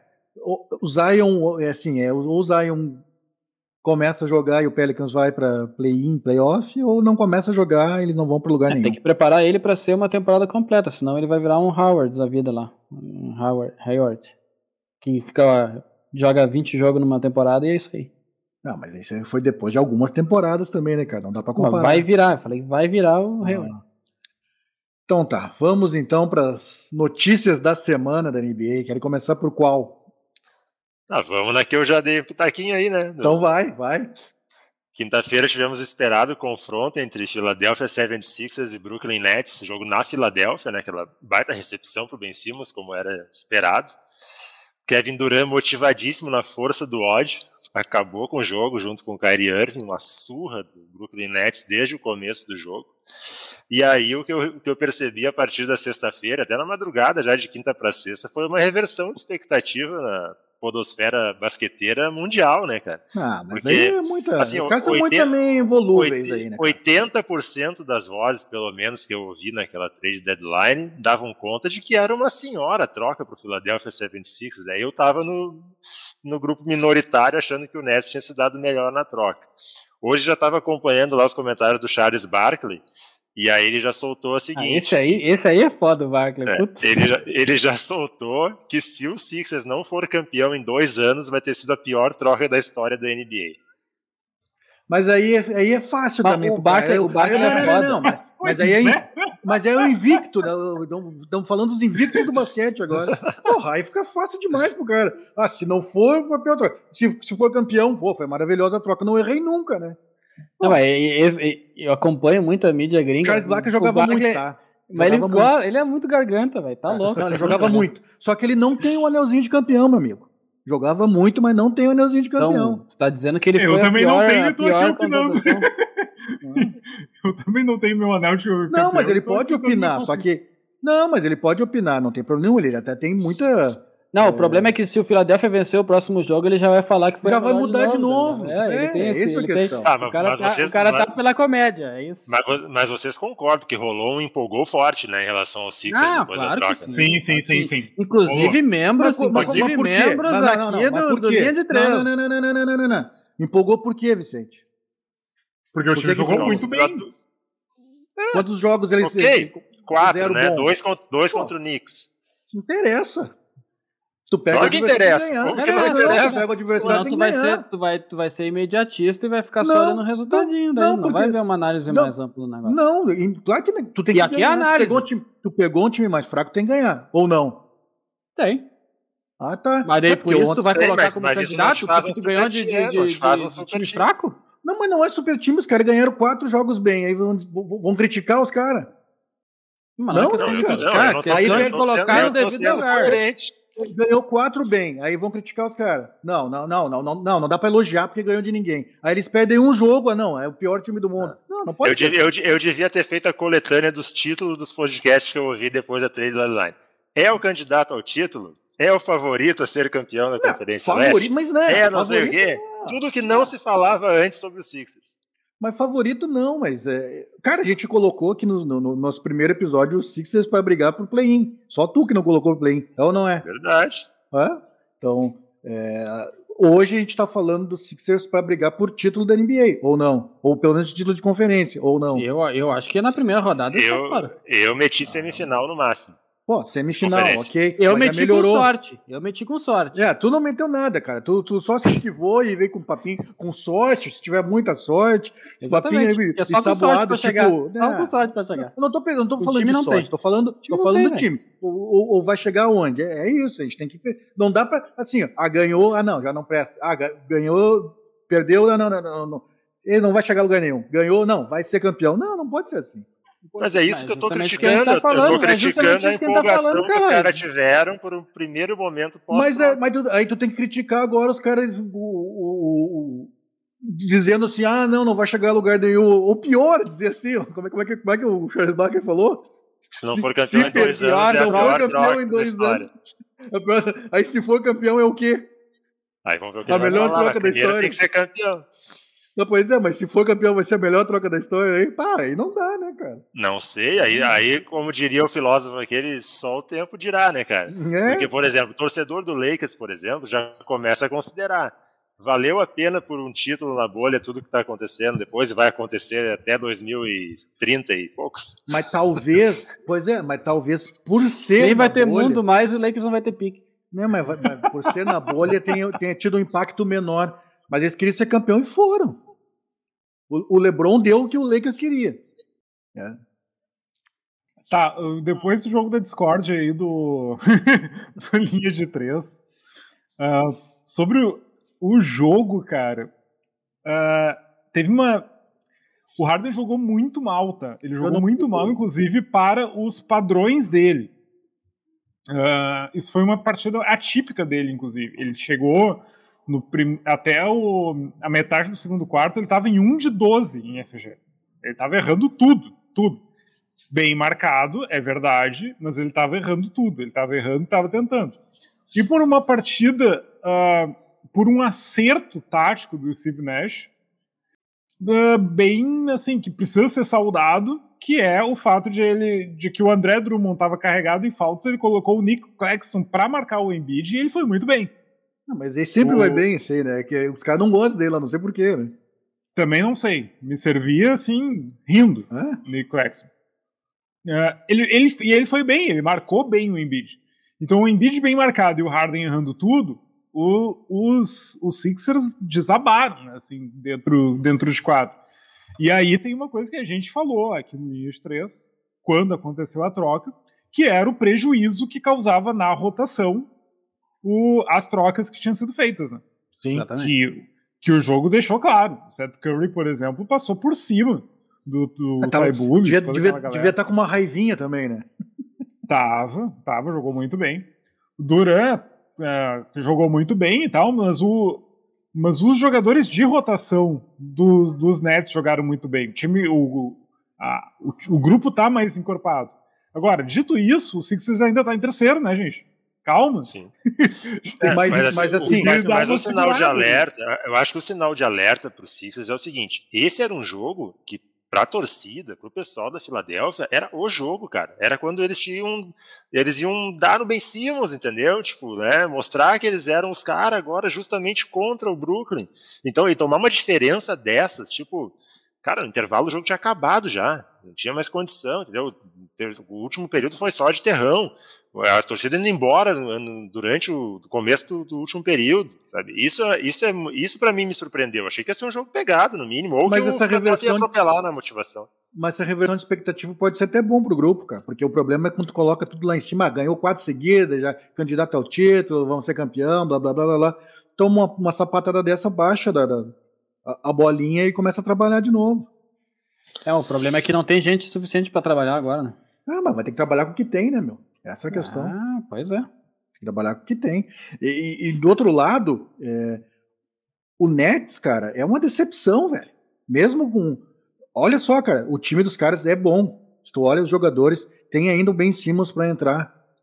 A: O Zion, o Zion começa a jogar e o Pelicans vai pra play-in, play-off, ou não começa a jogar e eles não vão pra lugar nenhum.
C: Tem que preparar ele pra ser uma temporada completa, senão ele vai virar um Howard da vida lá. Um Hayward. Que joga 20 jogos numa temporada e é isso aí.
A: Não, mas isso foi depois de algumas temporadas também, né, cara? Não dá pra comparar.
C: Vai virar, eu falei, vai virar o Hayward.
A: Então tá, vamos então para as notícias da semana da NBA. Querem começar por qual?
D: Vamos na que eu já dei um pitaquinho aí, né?
A: Então vai.
D: Quinta-feira tivemos o esperado confronto entre Philadelphia 76ers e Brooklyn Nets, jogo na Filadélfia, né? Aquela baita recepção pro Ben Simmons, como era esperado. Kevin Durant motivadíssimo na força do ódio, acabou com o jogo junto com o Kyrie Irving, uma surra do Brooklyn Nets desde o começo do jogo. E aí o que eu percebi a partir da sexta-feira, até na madrugada já de quinta para sexta, foi uma reversão de expectativa na podosfera basqueteira mundial, né, cara?
A: Mas
D: porque,
A: aí é muita...
D: assim,
A: os caras são muito também volúveis aí, né, cara?
D: 80% das vozes, pelo menos, que eu ouvi naquela trade deadline, davam conta de que era uma senhora troca pro Philadelphia 76ers. Aí eu tava no grupo minoritário achando que o Nets tinha se dado melhor na troca. Hoje já estava acompanhando lá os comentários do Charles Barkley, e aí ele já soltou a seguinte...
C: Esse aí é foda, o Barkley.
D: Ele já soltou que se o Sixers não for campeão em 2 anos, vai ter sido a pior troca da história da NBA.
A: Mas aí é fácil também.
C: O Barkley é foda.
A: Não, mas é o invicto, né? Estamos falando dos invictos do basquete agora. Porra, aí fica fácil demais pro cara. Se não for, foi a pior troca. Se for campeão, foi maravilhosa a troca. Não errei nunca, né?
C: Não, eu acompanho muito a mídia gringa.
A: O Charles Barkley jogava muito, tá?
C: Mas ele é muito garganta, velho. Tá louco.
A: Não, ele jogava muito. Só que ele não tem o anelzinho de campeão, meu amigo. Jogava muito, mas não tem o anelzinho de campeão.
C: Então, você tá dizendo que ele foi
B: também
C: a pior,
B: não tenho, tô aqui opinando.
C: Eu
B: também não tenho meu anel de campeão.
A: Não, mas ele pode opinar, só que... Não, mas ele pode opinar, não tem problema nenhum. Ele até tem muita...
C: Não, o problema é que se o Philadelphia vencer o próximo jogo, ele já vai falar que foi...
A: Já vai mudar de novo.
C: Ele tem
A: essa é a questão.
C: O cara tá pela comédia, é isso.
D: Mas vocês concordam que rolou empolgou forte, né, em relação ao Sixers depois da troca?
B: Sim.
C: Inclusive membros aqui do Linha de Três.
A: Não. Empolgou por quê, Vicente?
B: Porque o time jogou muito bem.
A: Quantos jogos eles
D: fizeram? 4, né?
A: Bons?
D: 2 contra o Knicks.
A: Não interessa. Tu pega
D: claro que interessa.
A: Como que não interessa? Tu pega o adversário, tem que ganhar.
C: Tu vai ser imediatista e vai ficar só olhando o resultadinho. Não vai ver uma análise mais ampla do negócio.
A: Não, claro que tu tem que
C: aqui ganhar. É análise.
A: Tu pegou um time mais fraco, tem que ganhar. Ou não?
C: Tem.
A: Tá.
C: Mas daí por isso tu vai colocar como candidato
D: porque
C: tu ganhou de time fraco?
A: Não, mas não é super time. Os caras ganharam 4 jogos bem. Aí vão criticar os caras.
C: Não,
D: cara.
C: Aí vai colocar no devido lugar.
A: Ganhou 4 bem, aí vão criticar os caras. Não dá pra elogiar porque ganhou de ninguém. Aí eles perdem um jogo, é o pior time do mundo. Não pode ser.
D: Eu devia ter feito a coletânea dos títulos dos podcasts que eu ouvi depois da trade deadline. É o candidato ao título? é o favorito a ser campeão da Conferência
A: Favorito,
D: Leste.
A: mas não é.
D: Não sei o quê. Tudo que não se falava antes sobre os Sixers.
A: Mas favorito não, mas... Cara, a gente colocou aqui no nosso primeiro episódio os Sixers para brigar pro play-in. Só tu que não colocou o play-in, é ou não é?
D: Verdade.
A: Então, hoje a gente tá falando dos Sixers para brigar por título da NBA, ou não? Ou pelo menos título de conferência, ou não?
C: Eu acho que na primeira rodada eles estão fora.
D: Eu meti semifinal no máximo.
A: Pô, semifinal,
D: Conferência.
A: ok.
C: Eu
A: mas já
C: meti
A: melhorou.
C: com sorte.
A: Tu não meteu nada, cara. Tu só se esquivou e veio com papinho com sorte, se tiver muita sorte. Esse papinho aí
C: É só com sorte
A: saboado,
C: pra chegar. Só com sorte pra chegar.
A: Eu não tô
C: O
A: falando
C: time
A: de
C: não
A: sorte,
C: tem.
A: tô falando
C: tem,
A: do time. Ou vai chegar aonde? É isso, a gente tem que ver. Não dá pra, assim, ganhou, não, já não presta. Ganhou, perdeu, não. Ele não vai chegar a lugar nenhum. Ganhou, não, vai ser campeão. Não pode ser assim.
D: Mas é isso que eu tô
C: justamente
D: criticando.
C: o que a gente tá falando,
D: eu tô criticando
C: justamente
D: a
C: isso que a gente tá
D: empolgação
C: falando,
D: que os
C: caralho.
D: caras tiveram por um primeiro momento
A: Mas,
D: pós-troca.
A: aí tu tem que criticar agora os caras dizendo assim, não vai chegar a lugar nenhum. Ou pior, dizer assim, ó, como é que o Charles Barkley falou?
D: Se não for campeão em 2 anos, é a
A: não for
D: pior
A: campeão
D: troca
A: em
D: da
A: 2
D: história.
A: anos. Aí se for campeão é o quê?
D: Aí vamos ver o que
A: A
D: ele vai
A: melhor
D: falar.
A: troca
D: Mas
A: da
D: primeiro
A: história.
D: tem que ser campeão.
A: Não, pois é, mas se for campeão vai ser a melhor troca da história, aí não dá, né, cara?
D: Não sei, aí como diria o filósofo aquele, só o tempo dirá, né, cara? Porque, por exemplo, o torcedor do Lakers, por exemplo, já começa a considerar. Valeu a pena por um título na bolha, tudo que tá acontecendo depois, e vai acontecer até 2030 e poucos.
A: Mas talvez por ser
C: Nem vai
A: na
C: ter
A: bolha,
C: mundo mais e o Lakers não vai ter pique.
A: né, mas por ser na bolha tenha tido um impacto menor. Mas eles queriam ser campeão e foram. O LeBron deu o que o Lakers queria.
B: Tá, depois do jogo da Discord aí do Linha de 3, sobre o jogo, cara, teve o Harden jogou muito mal, tá? Ele jogou muito mal, inclusive, para os padrões dele. Isso foi uma partida atípica dele, inclusive. Ele chegou até a metade do segundo quarto, ele estava em 1 de 12 em FG. Ele estava errando tudo. Bem marcado, é verdade, mas ele estava errando tudo. Ele estava errando e estava tentando. E por uma partida, por um acerto tático do Steve Nash, bem assim, que precisa ser saudado, que é o fato de que o André Drummond estava carregado em faltas, ele colocou o Nick Claxton para marcar o Embiid e ele foi muito bem.
A: Mas ele sempre vai bem, assim, né? Que os caras não gostam dele, não sei porquê, né?
B: Também não sei. Me servia, assim, rindo, Nick Claxton. Ele foi bem, ele marcou bem o Embiid. Então o Embiid bem marcado e o Harden errando tudo, os Sixers desabaram, né, assim, dentro de quadro. E aí tem uma coisa que a gente falou aqui no Linhas 3, quando aconteceu a troca, que era o prejuízo que causava na rotação as trocas que tinham sido feitas, né?
A: Sim.
B: Que o jogo deixou claro. O Seth Curry, por exemplo, passou por cima do Ty Bullock.
A: Devia estar com uma raivinha também, né?
B: Tava, jogou muito bem. O Durant jogou muito bem e tal, mas os jogadores de rotação dos Nets jogaram muito bem. O grupo tá mais encorpado. Agora, dito isso, o Sixers ainda tá em terceiro, né, gente? Calma.
D: Sim.
A: Mas
D: o sinal de alerta, eu acho que o sinal de alerta para os Sixers é o seguinte: esse era um jogo que, para a torcida, para o pessoal da Filadélfia, era o jogo, cara. Era quando eles iam dar no Ben Simmons, entendeu? Tipo, né, mostrar que eles eram os caras agora justamente contra o Brooklyn. Então, e tomar uma diferença dessas, tipo, cara, no intervalo o jogo tinha acabado já. Não tinha mais condição, entendeu? O último período foi só de terrão. As torcidas indo embora durante o começo do último período, sabe? Isso para mim me surpreendeu. Eu achei que ia ser um jogo pegado, no mínimo, ou
A: mas
D: que
A: essa
D: ia atropelar na motivação.
A: Mas essa reversão de expectativa pode ser até bom pro grupo, cara, porque o problema é quando tu coloca tudo lá em cima, ganhou 4 seguidas, já candidato ao título, vão ser campeão, blá blá blá blá blá. Então uma sapatada dessa baixa a bolinha e começa a trabalhar de novo.
C: O problema é que não tem gente suficiente para trabalhar agora, né?
A: Mas vai ter que trabalhar com o que tem, né, meu? Essa é a questão.
C: Pois é.
A: Tem que trabalhar com o que tem. E do outro lado, o Nets, cara, é uma decepção, velho. Mesmo com... Olha só, cara, o time dos caras é bom. Se tu olha os jogadores, tem ainda o Ben Simmons pra entrar.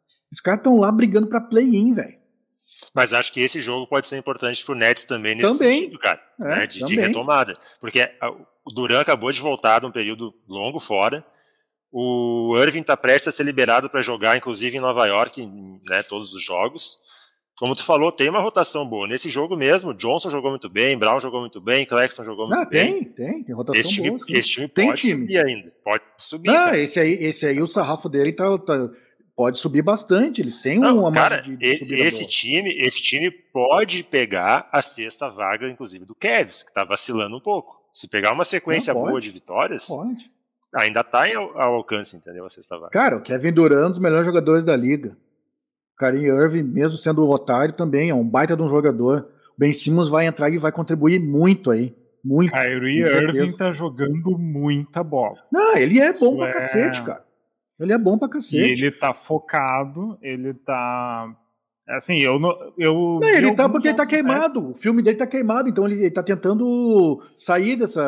A: Os caras estão lá brigando pra play-in, velho.
D: Mas acho que esse jogo pode ser importante pro Nets também nesse
A: Também.
D: sentido, cara,
A: É,
D: né, de
A: também.
D: retomada. Porque o Durant acabou de voltar de um período longo fora. O Irving está prestes a ser liberado para jogar, inclusive em Nova York, né, todos os jogos. Como tu falou, tem uma rotação boa. Nesse jogo mesmo, Johnson jogou muito bem, Brown jogou muito bem, Claxton jogou muito bem.
A: Tem rotação
D: Esse time,
A: boa. Sim.
D: esse time
A: Tem
D: pode
A: time.
D: subir ainda. Pode subir.
A: Não,
D: cara.
A: esse aí o sarrafo dele pode subir bastante. Eles têm
D: Não,
A: uma
D: cara,
A: margem de subida
D: esse time pode pegar a sexta vaga, inclusive, do Cavs, que está vacilando um pouco. Se pegar uma sequência
A: Não, pode.
D: boa de vitórias,
A: Pode.
D: ainda está ao alcance, entendeu? A sexta vaga.
A: Cara, o Kevin Durant, um dos melhores jogadores da liga. O Kyrie Irving, mesmo sendo otário, também é um baita de um jogador. O Ben Simmons vai entrar e vai contribuir muito aí. Muito.
B: Kyrie
A: com certeza.
B: Irving tá jogando muita bola.
A: Não, ele é bom
B: Isso
A: pra
B: é-
A: cacete, cara. Ele é bom pra
B: E
A: cacete.
B: ele tá focado, ele tá. Assim, eu não.
A: Não,
B: vi
A: ele tá
B: alguns
A: porque ele tá
B: jogos do Nets.
A: queimado. O filme dele tá queimado, então ele tá tentando sair dessa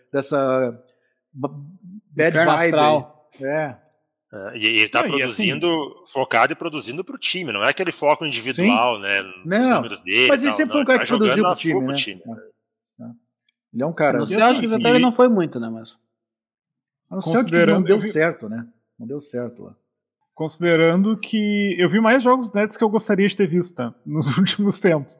A: bad
C: Inferno
A: vibe.
C: astral.
A: Aí. É.
D: E ele tá
B: Não, e
D: produzindo, focado e produzindo pro time, não é aquele foco individual, né? Nos
A: Não,
D: números dele.
A: mas
D: e
A: ele
D: tal,
A: sempre foi um cara
D: tá
A: que produziu
D: jogando
A: pro
D: a full
A: time, né?
D: pro
A: Ele é um cara.
C: No
B: E
C: Celtics
B: assim,
C: até ele não foi muito, né? Mas
A: No Celtics
B: considerando-
A: não deu
B: eu vi-
A: certo, né? Não deu certo lá.
B: Considerando que eu vi mais jogos do Nets que eu gostaria de ter visto, tá? Nos últimos tempos.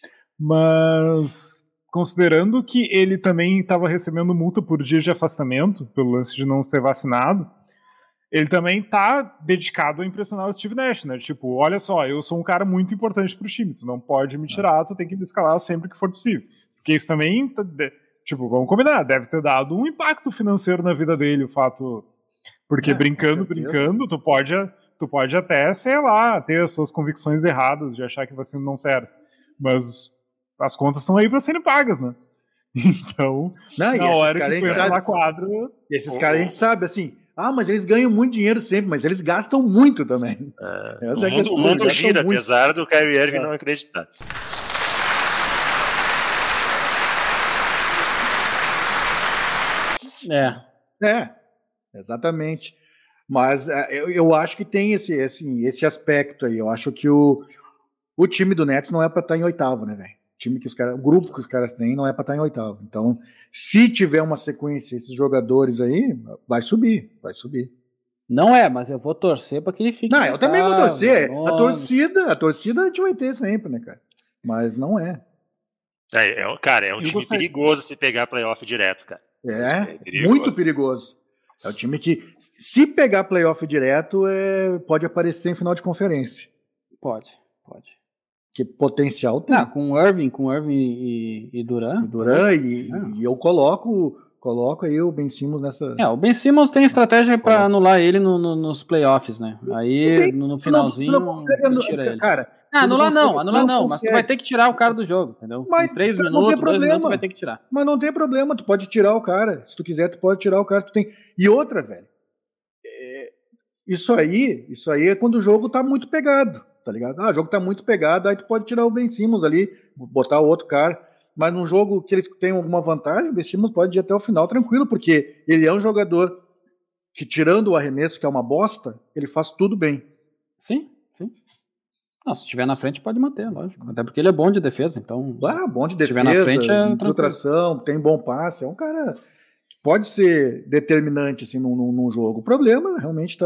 B: Mas considerando que ele também estava recebendo multa por dia de afastamento pelo lance de não ser vacinado, ele também tá dedicado a impressionar o Steve Nash, né? Tipo, olha só, eu sou um cara muito importante pro time, tu não pode me tirar, tu tem que me escalar sempre que for possível. Porque isso também, tipo, vamos combinar, deve ter dado um impacto financeiro na vida dele, o fato... Porque
A: Com
B: brincando,
A: certeza.
B: tu pode até, sei lá, ter as suas convicções erradas de achar que vacina não serve. Mas as contas estão aí para serem pagas, né? Então,
A: Não, e
B: na
A: esses
B: hora
A: caras a
B: que
A: gente
B: tu entra
A: sabe-
B: na quadra...
A: Esses caras a gente sabe, assim, mas eles ganham muito dinheiro sempre, mas eles gastam muito também. Essa é a
D: O
A: questão,
D: mundo
A: eles
D: gira,
A: gastam muito.
D: apesar do Kyrie Irving não acreditar.
A: Exatamente. Mas eu acho que tem esse aspecto aí. Eu acho que o time do Nets não é pra estar em oitavo, né, velho? O grupo que os caras têm não é pra estar em oitavo. Então, se tiver uma sequência, esses jogadores aí, vai subir.
C: não é, mas eu vou torcer pra que ele fique.
A: Não, eu também vou torcer.
C: nono.
A: A torcida a gente vai ter sempre, né, cara? Mas não é.
D: Cara, é um
B: Eu
D: time
B: gostaria-
D: perigoso se pegar playoff direto, cara.
A: É,
D: perigoso.
A: muito perigoso. É um time que, se pegar playoff direto, pode aparecer em final de conferência.
C: Pode.
A: Que potencial tem.
C: Não, com o Irving e Durant.
A: Durant e eu coloco aí o Ben Simmons nessa.
C: O Ben Simmons tem estratégia pra anular ele nos playoffs, né? Aí no finalzinho
A: Tu não consegue
C: ele tira ele.
A: Cara,
C: Anular não, mas tu
A: consegue.
C: vai ter que tirar o cara do jogo, entendeu?
A: Mas
C: Em 3
A: não tem
C: minutos, 2
A: problema.
C: minutos, tu vai ter que tirar.
A: Mas não tem problema, tu pode tirar o cara. Se tu quiser, tu pode tirar o cara. Tu tem. E outra, velho. Isso aí é quando o jogo tá muito pegado, tá ligado? O jogo tá muito pegado, aí tu pode tirar o Ben Simmons ali, botar o outro cara. Mas num jogo que eles têm alguma vantagem, o Ben Simmons pode ir até o final tranquilo, porque ele é um jogador que, tirando o arremesso, que é uma bosta, ele faz tudo bem.
C: Sim. Não, se estiver na frente, pode manter, lógico. Até porque ele é bom de defesa, então.
A: Bom de
C: Se tiver
A: defesa,
C: na frente, é
A: infiltração, tem bom passe. É um cara que pode ser determinante assim, num jogo. O problema realmente está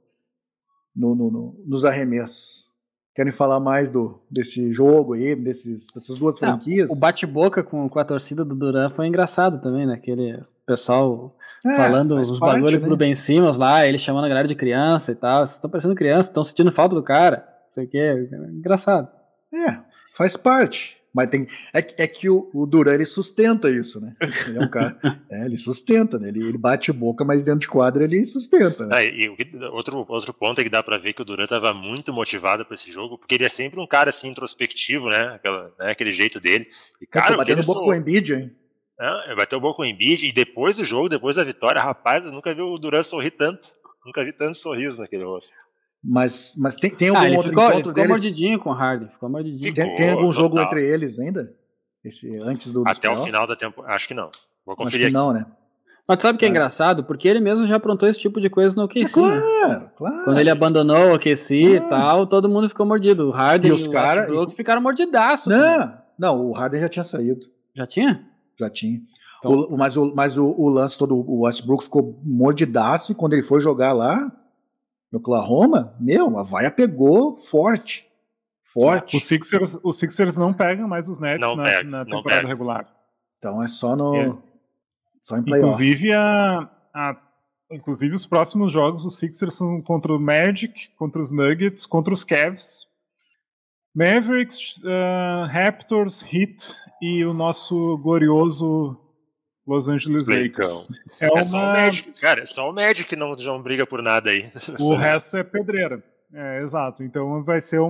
A: nos arremessos. Querem falar mais desse jogo aí, dessas duas franquias?
C: O bate-boca com a torcida do Durant foi engraçado também, né? Aquele pessoal falando
A: faz
C: os
A: parte,
C: bagulhos
A: né?
C: pro Ben Simmons lá, ele chamando a galera de criança e tal. Vocês estão parecendo criança, estão sentindo falta do cara. Não sei o que, engraçado.
A: Faz parte. Mas é que o Durant, ele sustenta isso, né? Ele é um cara. Ele sustenta, né? Ele bate boca, mas dentro de quadra ele sustenta. Né?
D: Outro ponto é que dá pra ver que o Durant tava muito motivado pra esse jogo, porque ele é sempre um cara assim introspectivo, né? Aquele jeito dele. E, cara,
A: batendo boca com o Embiid, hein?
D: Bateu boca com o Embiid, e depois do jogo, depois da vitória, rapaz, eu nunca vi o Durant sorrir tanto. Nunca vi tanto sorriso naquele rosto.
A: Mas tem algum
C: ele
A: outro
C: ficou
A: encontro deles?
C: mordidinho com o Harden. Ficou mordidinho.
A: Tem algum jogo
D: total.
A: entre eles ainda? Antes do
D: Até o
A: playoffs?
D: final da temporada? Acho que não. Vou
A: Acho
D: conferir
A: que
D: aqui.
A: não, né?
C: Mas tu sabe o que é engraçado? Porque ele mesmo já aprontou esse tipo de coisa no OKC, né?
A: Claro, claro.
C: Quando ele abandonou o OKC e tal, todo mundo ficou mordido. O Harden
A: E os cara-
C: Westbrook ficaram mordidaços.
A: Não, o Harden já tinha saído.
C: Já tinha?
A: Já tinha.
C: Então-
A: Mas o lance todo, o Westbrook ficou mordidaço e quando ele foi jogar lá no Oklahoma, a vaia pegou forte. Forte.
B: Os Sixers não pegam mais os Nets
D: Não
B: na
D: pega,
B: na
D: não
B: temporada
D: pega.
B: regular.
A: Então é só só em playoff.
B: Inclusive, inclusive os próximos jogos, os Sixers são contra o Magic, contra os Nuggets, contra os Cavs, Mavericks, Raptors, Heat e o nosso glorioso Los Angeles Lakers.
D: É só o Magic, cara. É só o Magic que não briga por nada aí.
B: O resto é pedreira. Exato. Então vai ser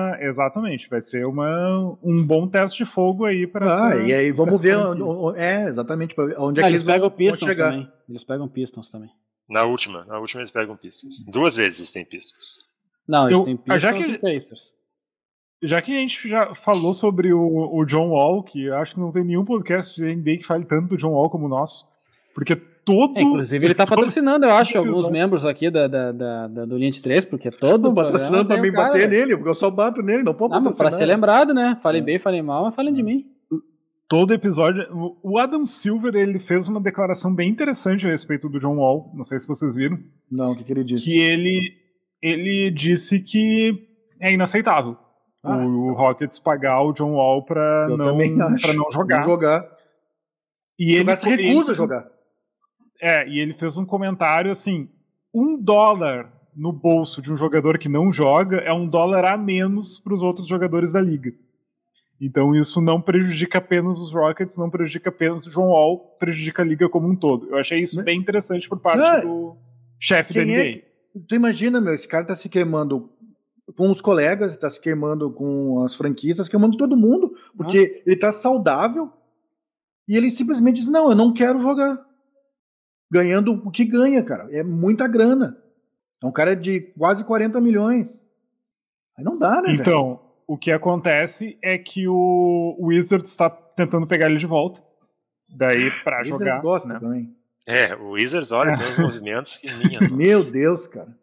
B: um bom teste de fogo aí para
A: e aí vamos ver exatamente pra ver onde é que
C: Eles pegam
A: vão
C: Pistons
A: chegar.
C: também. Eles pegam Pistons também.
D: Na última eles pegam Pistons. 2 vezes eles têm Pistons.
C: Não, eles têm Pistons
B: já que-
C: e Pacers.
B: Já que a gente já falou sobre o John Wall, que eu acho que não tem nenhum podcast de NBA que fale tanto do John Wall como o nosso, porque
C: Inclusive ele tá patrocinando, eu acho,
B: todo
C: alguns
B: episódio.
C: membros aqui do Linha de 3, porque todo
A: Tô patrocinando pra
C: programa
A: mim
C: tem um cara,
A: bater
C: velho.
A: nele, porque eu só bato nele, não pode
C: Não, mas
A: patrocinar.
C: pra ser lembrado, né? Falem bem, falem mal, mas falem de mim.
B: todo episódio. O Adam Silver ele fez uma declaração bem interessante a respeito do John Wall. Não sei se vocês viram.
A: Não, o que ele disse?
B: Que ele disse que é inaceitável o Rockets pagar o John Wall pra
A: Eu
B: não
A: também acho.
B: não jogar.
A: Não jogar.
B: E ele
A: Se recusa a jogar.
B: E ele fez um comentário assim: $1 no bolso de um jogador que não joga é $1 a menos para os outros jogadores da liga. Então isso não prejudica apenas os Rockets, não prejudica apenas o John Wall, prejudica a liga como um todo. Eu achei isso bem interessante por parte do chefe da NBA.
A: Tu imagina, esse cara tá se queimando com os colegas, tá se queimando com as franquias, tá se queimando com todo mundo, porque ele tá saudável e ele simplesmente diz, não, eu não quero jogar. Ganhando o que ganha, cara. É muita grana. É um cara de quase 40 milhões. Aí não dá, né,
B: Então, o que acontece é que o Wizards está tentando pegar ele de volta. Daí pra jogar.
A: Wizards gosta
B: né?
A: também.
D: O Wizards, olha, tem uns movimentos que
A: Meu Deus, cara.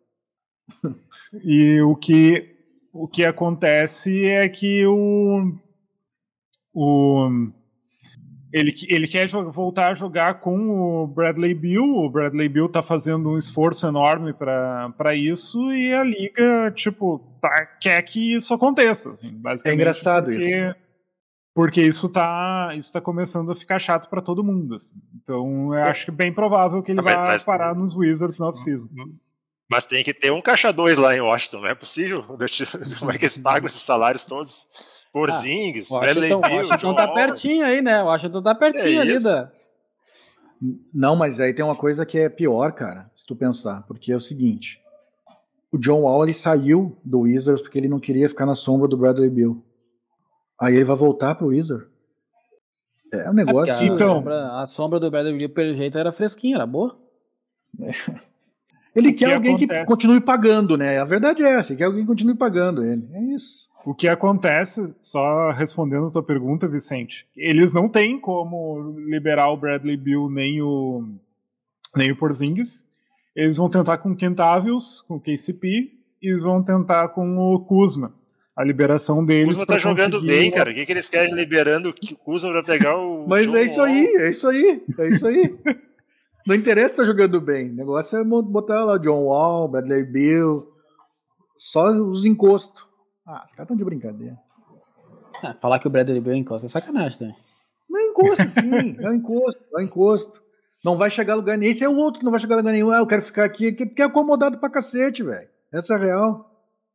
B: E o que acontece é que ele quer voltar a jogar com o Bradley Beal. O Bradley Beal tá fazendo um esforço enorme para isso e a liga, quer que isso aconteça, assim, basicamente.
A: É engraçado isso.
B: Porque isso tá começando a ficar chato para todo mundo, assim. Então, eu acho que é bem provável que ele vá parar nos Wizards na off-season.
D: Mas tem que ter um caixa 2 lá em Washington, não é possível? Como é que eles pagam esses salários todos? Porzingis, Bradley Beal,
C: o Washington tá pertinho aí, né? O Washington tá pertinho ali da...
A: Não, mas aí tem uma coisa que é pior, cara, se tu pensar, porque é o seguinte, o John Wall, ele saiu do Wizards porque ele não queria ficar na sombra do Bradley Beal. Aí ele vai voltar pro Wizards. É um negócio...
C: A sombra do Bradley Beal, pelo jeito, era fresquinha, era boa.
A: Ele quer alguém que continue pagando, né? A verdade é essa, ele quer alguém que continue pagando ele. É isso.
B: O que acontece, só respondendo a tua pergunta, Vicente, eles não têm como liberar o Bradley Beal nem o Porzingis. Eles vão tentar com o Kentavious, com o KCP, e vão tentar com o Kuzma. A liberação deles.
D: O Kuzma tá jogando bem, cara. O que eles querem liberando o Kuzma pra pegar o.
A: Mas
D: John
A: é isso
D: Wall?
A: é isso aí. Não interessa estar jogando bem. O negócio é botar lá o John Wall, Bradley Beal, só os encostos. Os caras estão de brincadeira.
C: Falar que o Bradley Beal encosta é sacanagem também.
A: Não é encosto, sim. É um encosto. Não vai chegar a lugar nenhum. Esse é o outro que não vai chegar a lugar nenhum. Eu quero ficar aqui, porque é acomodado pra cacete, velho. Essa é a real.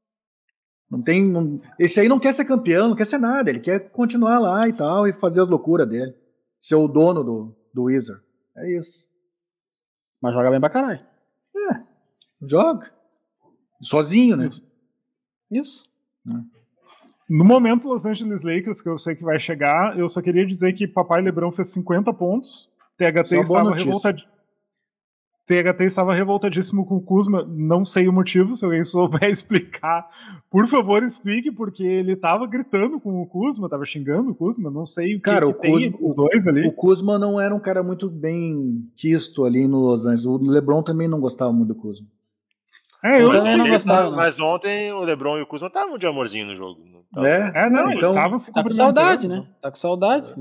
A: Esse aí não quer ser campeão, não quer ser nada. Ele quer continuar lá e tal, e fazer as loucuras dele. Ser o dono do Wizard. É isso.
C: Mas joga bem pra caralho.
A: Joga. Sozinho, né?
C: Isso.
B: No momento, Los Angeles Lakers, que eu sei que vai chegar, eu só queria dizer que Papai LeBron fez 50 pontos. THT estava revoltadinho. THT estava revoltadíssimo com o Kuzma, não sei o motivo, se alguém souber explicar, por favor explique, porque ele estava gritando com o Kuzma, estava xingando o Kuzma, não sei o que,
A: Cara,
B: que tem os dois ali.
A: O Kuzma não era um cara muito bem quisto ali no Los Angeles. O LeBron também não gostava muito do Kuzma.
B: Eu
C: Mas
B: não
C: eu não
B: sei.
C: gostava, não.
D: Mas ontem o LeBron e o Kuzma estavam de amorzinho no jogo. Não tava?
B: Não,
A: então,
B: eles estavam se
C: Tá com
B: cumprimentando.
C: saudade, né? Tá com saudade.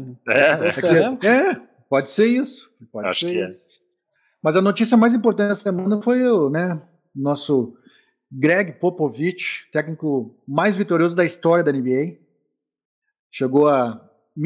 A: Pode ser isso. Pode
D: Acho
A: ser
D: que
A: isso. Mas a notícia mais importante da semana foi o nosso Greg Popovich, técnico mais vitorioso da história da NBA. Chegou a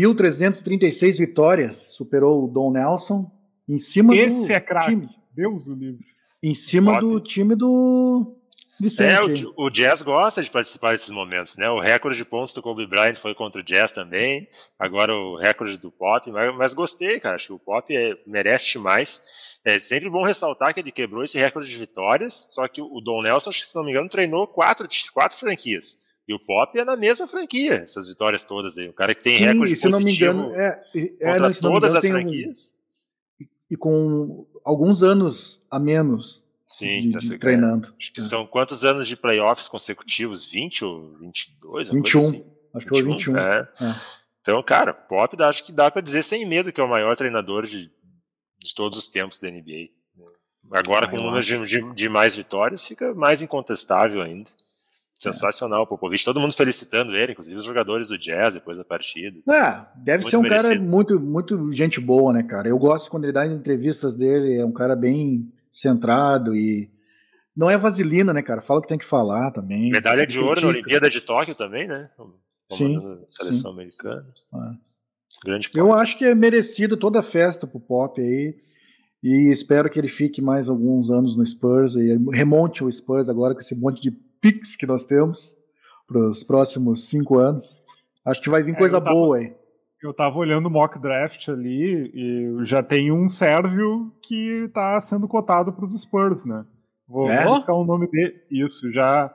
A: 1.336 vitórias, superou o Don Nelson, em cima
B: Esse
A: do
B: é craque,
A: time,
B: Deus o livre.
A: em cima do time do Vicente.
D: O Jazz gosta de participar desses momentos, né? O recorde de pontos do Kobe Bryant foi contra o Jazz também, agora o recorde do Pop, mas gostei, cara, acho que o Pop merece mais. É sempre bom ressaltar que ele quebrou esse recorde de vitórias, só que o Don Nelson, acho que se não me engano, treinou quatro franquias. E o Pop é na mesma franquia, essas vitórias todas aí. O cara que tem recorde
A: se não me engano,
D: contra
A: se não me
D: todas
A: engano,
D: as
A: tem
D: franquias.
A: e com alguns anos a menos
D: Sim,
A: de treinando.
D: Acho que são quantos anos de playoffs consecutivos? 20 ou 22?
A: 21.
D: Assim?
A: Acho que foi 21.
D: Então, cara, Pop acho que dá pra dizer sem medo que é o maior treinador de todos os tempos da NBA. Agora, com o número de mais vitórias, fica mais incontestável ainda. Sensacional o Popovich. Todo mundo felicitando ele, inclusive os jogadores do Jazz depois da partida.
A: Deve
D: Muito
A: ser um
D: merecido.
A: cara muito gente boa, né, cara? Eu gosto quando ele dá as entrevistas dele, é um cara bem centrado e não é vaselina, né, cara? Fala o que tem que falar também.
D: Medalha de ouro na Olimpíada de Tóquio também, né?
A: Sim.
D: Seleção americana. Grande Pop.
A: Eu acho que é merecido toda a festa pro Pop aí. E espero que ele fique mais alguns anos no Spurs e remonte o Spurs agora com esse monte de picks que nós temos para os próximos 5 anos. Acho que vai vir coisa boa aí.
B: Eu tava olhando o mock draft ali e já tem um sérvio que tá sendo cotado para os Spurs, né? Vou buscar o nome dele. Isso, já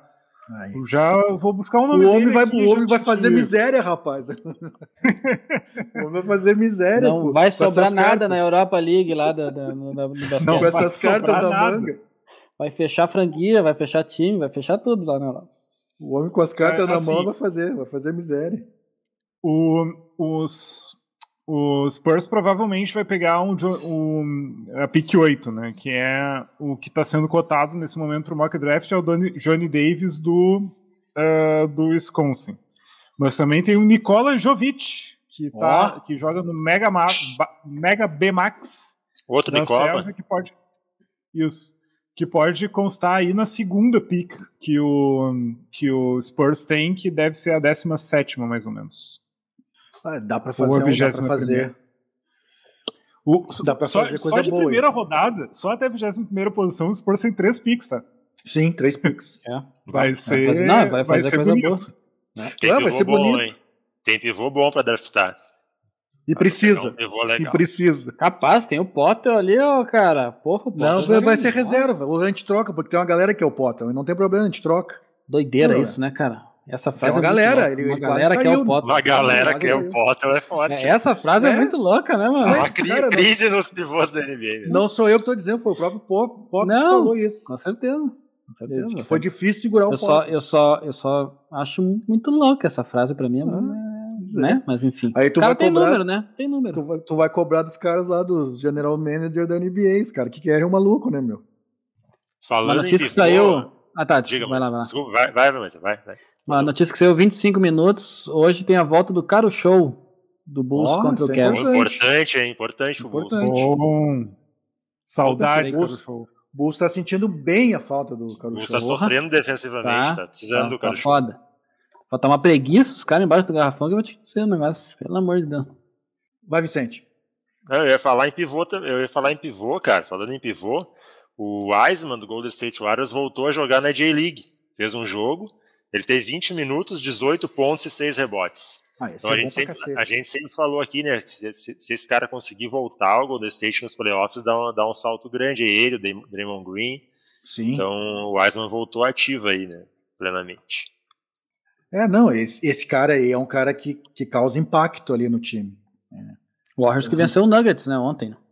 B: vou buscar o nome dele.
A: O homem vai fazer miséria, rapaz. O homem vai fazer miséria.
C: Não vai sobrar nada na Europa League lá da
A: Não, com essas cartas na manga.
C: Vai fechar franquia, vai fechar time, vai fechar tudo lá na Europa.
A: O homem com as cartas na mão vai fazer miséria.
B: O Spurs provavelmente vai pegar a pick 8, né? Que é o que está sendo cotado nesse momento para o mock draft, é o Johnny Davis do Wisconsin. Mas também tem o Nikola Jovic, que joga no Mega B Max.
D: Outro
B: da
D: Nikola.
B: Sérvia, que pode constar aí na segunda pick que o Spurs tem, que deve ser a 17ª, mais ou menos.
A: Dá pra fazer. Dá pra fazer coisa
B: só de
A: boa.
B: Primeira rodada, só até a 21ª posição, o Spurs tem 3 picks, tá?
A: Sim, 3 picks.
B: Vai ser
C: coisa
B: bonito.
C: boa.
A: Vai ser bonito.
D: Hein? Tem pivô bom pra draftar.
A: E precisa.
C: Capaz, tem o Potter ali, ó, cara. Porra, o Potter.
A: Não, vai ser reserva. Ou a gente troca, porque tem uma galera que é o Potter. Não tem problema, a gente troca.
C: Doideira isso, né, cara? Essa frase
A: uma galera,
C: uma galera que é o Potter.
D: Uma galera que é o Potter é forte.
C: Essa frase é muito louca, né, mano?
D: Uma crise nos pivôs da NBA.
A: Não sou eu que tô dizendo, foi o próprio Potter que falou isso.
C: Com certeza.
A: Ele disse que foi difícil segurar o Potter.
C: Eu só acho muito louca essa frase pra mim, né? Mas enfim.
A: Aí tu vai
C: tem
A: cobrar,
C: número, né? Tem número.
A: Tu vai cobrar dos caras lá, dos general manager da NBA, os caras que querem um maluco, né, meu?
D: Falando
C: em pivô... saiu... tá,
D: diga,
C: vai lá.
D: Desculpa, vai.
C: Uma notícia que saiu 25 minutos. Hoje tem a volta do Caro Show do Bulls contra o Cavs.
D: Importante pro Bulls.
B: Bom. Saudades, Caro Show.
A: O Bulls tá sentindo bem a falta do Caro Show.
D: O Bulls tá sofrendo defensivamente, tá precisando do Caro Show.
C: Foda. Falta uma preguiça, os caras embaixo do garrafão, que eu vou te dizer um negócio, pelo amor de Deus.
A: Vai, Vicente.
D: Eu ia falar em pivô, cara. Falando em pivô, o Wiseman do Golden State Warriors voltou a jogar na J-League. Fez um jogo, ele teve 20 minutos, 18 pontos e 6 rebotes. Então a gente sempre falou aqui, né? Se esse cara conseguir voltar ao Golden State nos playoffs, dá um salto grande. Ele, o Draymond Green.
A: Sim.
D: Então o Wiseman voltou ativo aí, né? Plenamente.
A: Esse cara aí é um cara que causa impacto ali no time.
C: O Warriors que venceu o Nuggets, né, ontem.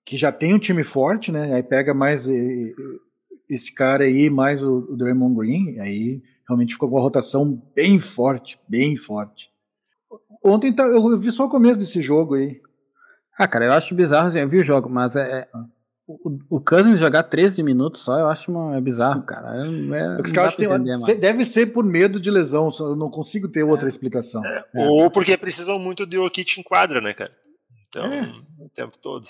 A: que já tem um time forte, né? Aí pega mais esse cara aí, mais o Draymond Green, aí realmente ficou com uma rotação bem forte, bem forte. Ontem eu vi só o começo desse jogo aí.
C: Cara, eu acho bizarro, assim, eu vi o jogo, mas o Cousins jogar 13 minutos só, eu acho bizarro, cara.
A: Os caras deve ser por medo de lesão, eu não consigo ter outra explicação.
D: Ou porque precisam muito de Jokic em quadra, né, cara? Então, o tempo todo.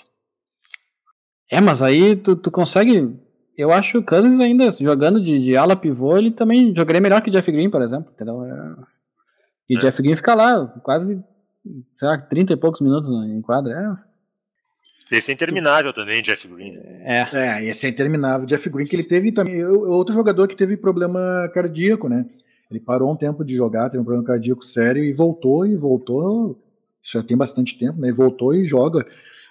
C: Mas aí tu consegue... Eu acho o Cousins ainda jogando de ala pivô, ele também jogaria melhor que o Jeff Green, por exemplo, entendeu? E o Jeff Green fica lá quase, sei lá, 30 e poucos minutos em quadra.
D: Esse é interminável também, Jeff Green.
A: Esse é interminável. Jeff Green, que ele teve também, outro jogador que teve problema cardíaco, né? Ele parou um tempo de jogar, teve um problema cardíaco sério e voltou, isso já tem bastante tempo, né? E voltou e joga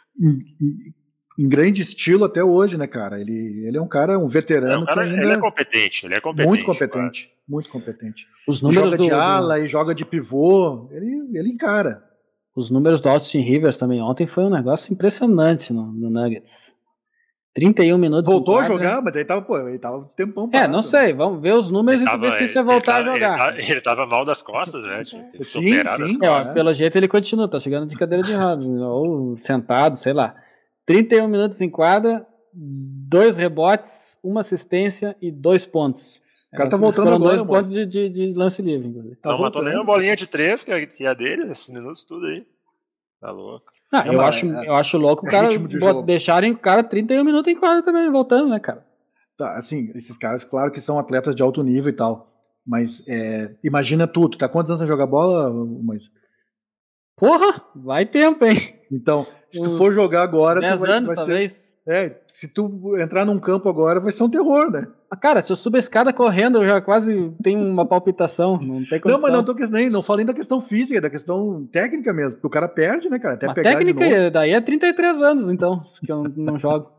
A: em grande estilo até hoje, né, cara? Ele é um cara, um veterano que ainda...
D: Ele é competente,
A: Muito competente, claro. Muito competente.
C: Os números
A: joga de ala e joga de pivô, ele encara.
C: Os números do Austin Rivers também ontem foi um negócio impressionante no Nuggets. 31 minutos.
A: Voltou a jogar, mas ele tava um tempão parado.
C: Não sei, vamos ver os números e ver se você voltar a jogar.
D: Ele tava mal das costas, né?
A: Sim.
C: Pelo jeito ele continua, tá chegando de cadeira de rodas, ou sentado, sei lá. 31 minutos em quadra, 2 rebotes, 1 assistência e 2 pontos.
A: O cara tá voltando agora,
C: 2 pontos de lance livre, inclusive.
D: Não matou nem uma bolinha de 3, que é a dele, esses minutos tudo aí. Tá louco.
C: Eu acho louco o cara deixarem o cara 31 minutos em quadra também, voltando, né, cara?
A: Tá, assim, esses caras, claro que são atletas de alto nível e tal, mas imagina tu tá quantos anos a jogar bola, Moisés?
C: Porra, vai tempo, hein?
A: Então, se tu for jogar agora,
C: 10
A: tu vai
C: anos, talvez.
A: ser... se tu entrar num campo agora, vai ser um terror, né?
C: Cara, se eu subo a escada correndo, eu já quase tenho uma palpitação. Não tem condição.
A: Não, mas não falei da questão física, da questão técnica mesmo. Porque o cara perde, né, cara? Até pegar
C: técnica,
A: de novo.
C: Daí é 33 anos, então, que eu não jogo.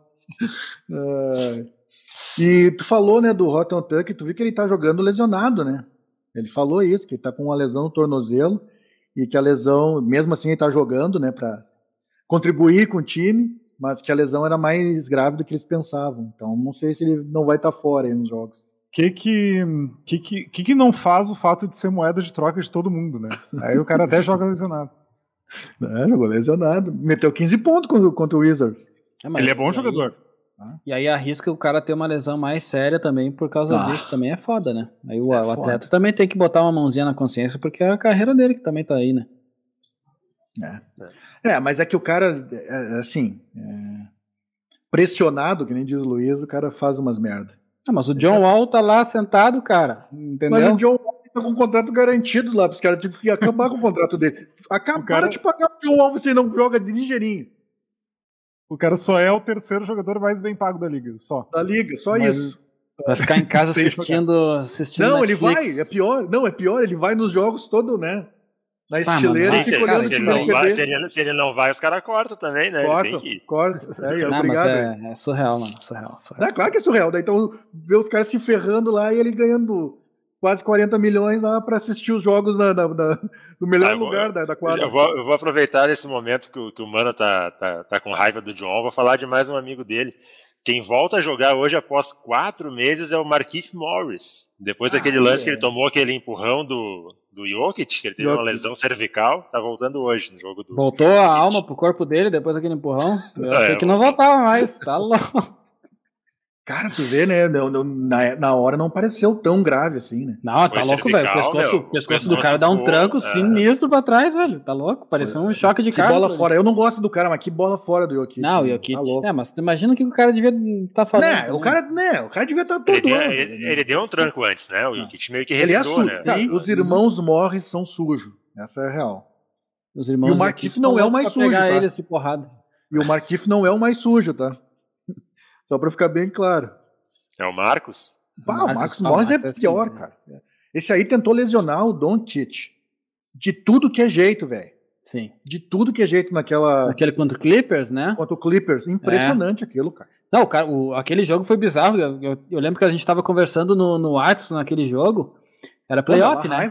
A: E tu falou, né, do Horton Tucker, tu viu que ele tá jogando lesionado, né? Ele falou isso, que ele tá com uma lesão no tornozelo e que a lesão, mesmo assim ele tá jogando, né, pra contribuir com o time, mas que a lesão era mais grave do que eles pensavam. Então, não sei se ele não vai estar fora aí nos jogos.
B: Que não faz o fato de ser moeda de troca de todo mundo, né? Aí o cara até joga lesionado.
A: Jogou lesionado. Meteu 15 pontos contra o Wizards.
B: Ele é bom jogador.
C: E aí arrisca o cara ter uma lesão mais séria também por causa disso. Também é foda, né? Aí o atleta também tem que botar uma mãozinha na consciência, porque é a carreira dele que também tá aí, né?
A: Mas é que o cara, assim, pressionado, que nem diz o Luiz, o cara faz umas merda.
C: Mas o John Wall tá lá sentado, cara, entendeu?
A: Mas o John Wall tá com um contrato garantido lá, os caras tinham que acabar com o contrato dele. Para de pagar o John Wall, você não joga de ligeirinho.
B: O cara só é o terceiro jogador mais bem pago da liga, só.
A: Da liga, só isso.
C: Vai ficar em casa assistindo
A: Não,
C: Netflix.
A: Ele vai, é pior, ele vai nos jogos todo, né? Na estileira e fica olhando
D: se ele não vai, os caras cortam também, né?
A: Corta.
C: Obrigado. É surreal, mano. Surreal.
A: Claro que é surreal. Daí então vê os caras se ferrando lá e ele ganhando quase 40 milhões lá pra assistir os jogos no melhor lugar da quadra.
D: Eu vou aproveitar esse momento que o Mano tá com raiva do John. Vou falar de mais um amigo dele. Quem volta a jogar hoje após 4 meses é o Markieff Morris. Depois daquele lance que ele tomou aquele empurrão do Jokic, que ele teve uma lesão cervical, tá voltando hoje no jogo do
C: Voltou
D: Jokic.
C: A alma pro corpo dele depois daquele empurrão? Eu achei que não voltava mais, tá louco.
A: Cara, tu vê, né? Na hora não pareceu tão grave assim, né?
C: Não, tá louco, velho. O pescoço do cara dá um tranco sinistro pra trás, velho. Tá louco? Pareceu um choque de cara.
A: Que bola fora. Eu não gosto do cara, mas que bola fora do Jokic.
C: Não, o Jokic. Tá mas imagina o que o cara devia estar fazendo.
A: O cara devia estar todo
D: ele deu um tranco antes, né? O Jokic meio que revidou, né?
A: Cara, os irmãos Morris são sujos. Essa é a real.
C: Os irmãos
A: e o Markieff não é o mais sujo, tá?
C: Eles de porrada.
A: E o Markieff não é o mais sujo, tá? Só pra ficar bem claro.
D: É o Marcos?
A: O Marcos Morris é pior, cara. Esse aí tentou lesionar o Doncic. De tudo que é jeito, velho.
C: Sim.
A: De tudo que é jeito naquela...
C: Aquele contra o Clippers, né?
A: Contra o Clippers. Impressionante aquilo, cara.
C: Não, cara, aquele jogo foi bizarro. Eu lembro que a gente tava conversando no WhatsApp naquele jogo. Era playoff, né?
A: Raiva, cara.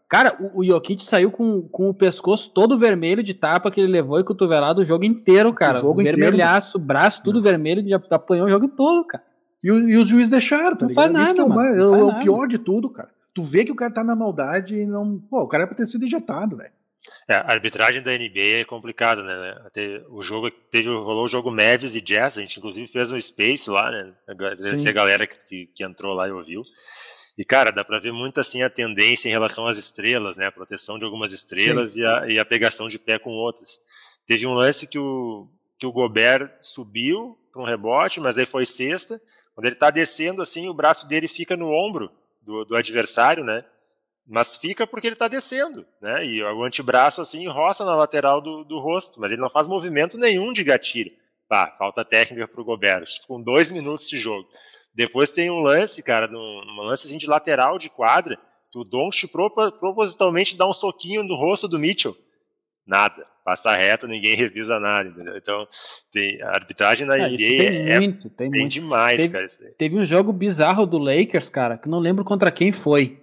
C: Cara, o Jokic saiu com o pescoço todo vermelho de tapa que ele levou e cotovelado o jogo inteiro, cara.
A: O jogo
C: vermelhaço, braço, tudo vermelho, ele apanhou o jogo todo, cara.
A: E os juízes deixaram, tá
C: Não faz
A: ligado? Isso que
C: nada, mano.
A: é
C: Não faz
A: o
C: nada.
A: pior de tudo, cara. Tu vê que o cara tá na maldade e não. Pô, o cara é pra ter sido injetado, velho.
D: A arbitragem da NBA é complicada, né? Até o jogo rolou o jogo Mavs e Jazz, a gente inclusive fez um space lá, né? Agradecer a galera que entrou lá e ouviu. E, cara, dá pra ver muito assim a tendência em relação às estrelas, né? A proteção de algumas estrelas e a pegação de pé com outras. Teve um lance que o Gobert subiu para um rebote, mas aí foi cesta. Quando ele tá descendo, assim, o braço dele fica no ombro do adversário, né? Mas fica porque ele tá descendo, né? E o antebraço, assim, roça na lateral do rosto, mas ele não faz movimento nenhum de gatilho. Pá, falta técnica pro Gobert, com 2 minutos de jogo. Depois tem um lance, cara, um lance assim de lateral de quadra, que o Doncic propositalmente dá um soquinho no rosto do Mitchell. Nada. Passa reto, ninguém revisa nada, entendeu? Então, a arbitragem na NBA tem demais, cara. Isso aí.
C: Teve um jogo bizarro do Lakers, cara, que não lembro contra quem foi.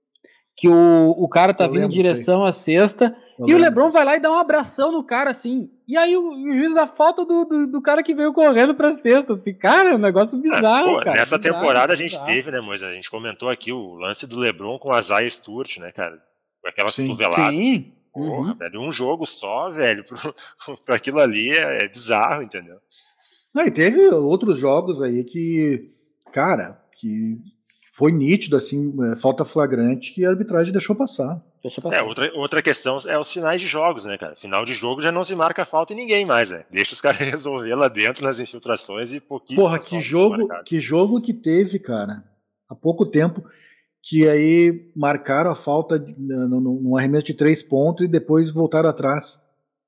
C: Que o cara tá vindo em direção à cesta e o LeBron vai lá e dá um abração no cara, assim. E aí o juiz dá falta do cara que veio correndo pra cesta, assim. Cara, é um negócio bizarro, cara.
D: Nessa temporada a gente teve, né, Moisés? A gente comentou aqui o lance do LeBron com a Isaiah Stewart, né, cara? Aquela cotovelada.
C: Sim.
D: Porra, velho, um jogo só, velho, pra aquilo ali é bizarro, entendeu?
A: Não, e teve outros jogos aí que, cara, que foi nítido, assim, falta flagrante que a arbitragem deixou passar.
D: Outra questão é os finais de jogos, né, cara? Final de jogo já não se marca falta em ninguém mais, né? Deixa os caras resolver lá dentro nas infiltrações e pouquíssimo.
A: Porra, que jogo que teve, cara, há pouco tempo, que aí marcaram a falta num arremesso de 3 pontos e depois voltaram atrás.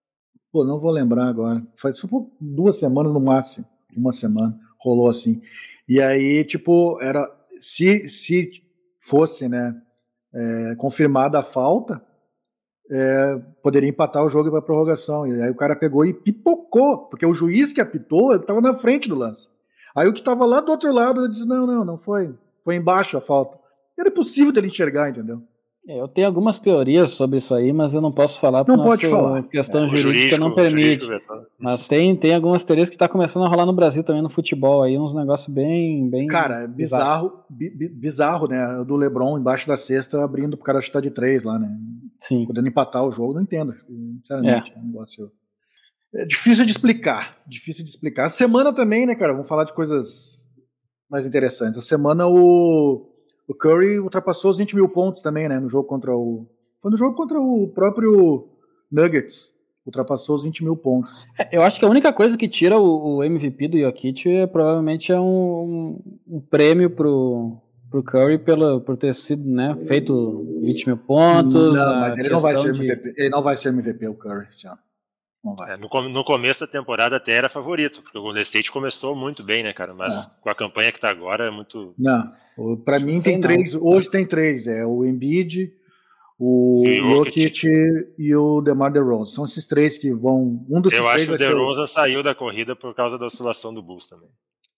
A: Pô, não vou lembrar agora. Foi por 2 semanas no máximo. 1 semana. Rolou assim. E aí, tipo, era... Se fosse, né, confirmada a falta, poderia empatar o jogo para prorrogação. E aí o cara pegou e pipocou, porque o juiz que apitou estava na frente do lance. Aí o que estava lá do outro lado disse: não foi. Foi embaixo a falta. Era impossível dele enxergar, entendeu?
C: Eu tenho algumas teorias sobre isso aí, mas eu não posso falar porque a questão jurídica não permite. Mas tem algumas teorias que está começando a rolar no Brasil também, no futebol, aí uns negócios bem...
A: Cara, é bizarro, né? Do LeBron embaixo da cesta abrindo pro cara chutar de 3 lá, né?
C: Sim.
A: Podendo empatar o jogo, não entendo. Sinceramente, é um negócio... É difícil de explicar. A semana também, né, cara? Vamos falar de coisas mais interessantes. A semana o Curry ultrapassou os 20 mil pontos também, né? No jogo contra o... Foi no jogo contra o próprio Nuggets. Ultrapassou os 20 mil pontos.
C: Eu acho que a única coisa que tira o MVP do Jokic provavelmente é um prêmio pro Curry por ter sido, né, feito 20 mil pontos.
A: Não, mas ele não vai ser MVP. Ele não vai ser MVP, o Curry, esse ano. Não vai.
D: No começo da temporada até era favorito, porque o Golden State começou muito bem, né, cara? Mas com a campanha que tá agora é muito...
A: Não, pra mim tem 3. Hoje tem 3. É o Embiid, o Jokic e o DeMar DeRozan. São esses 3 que vão...
D: Eu acho que o DeRozan saiu da corrida por causa da oscilação do Bulls também.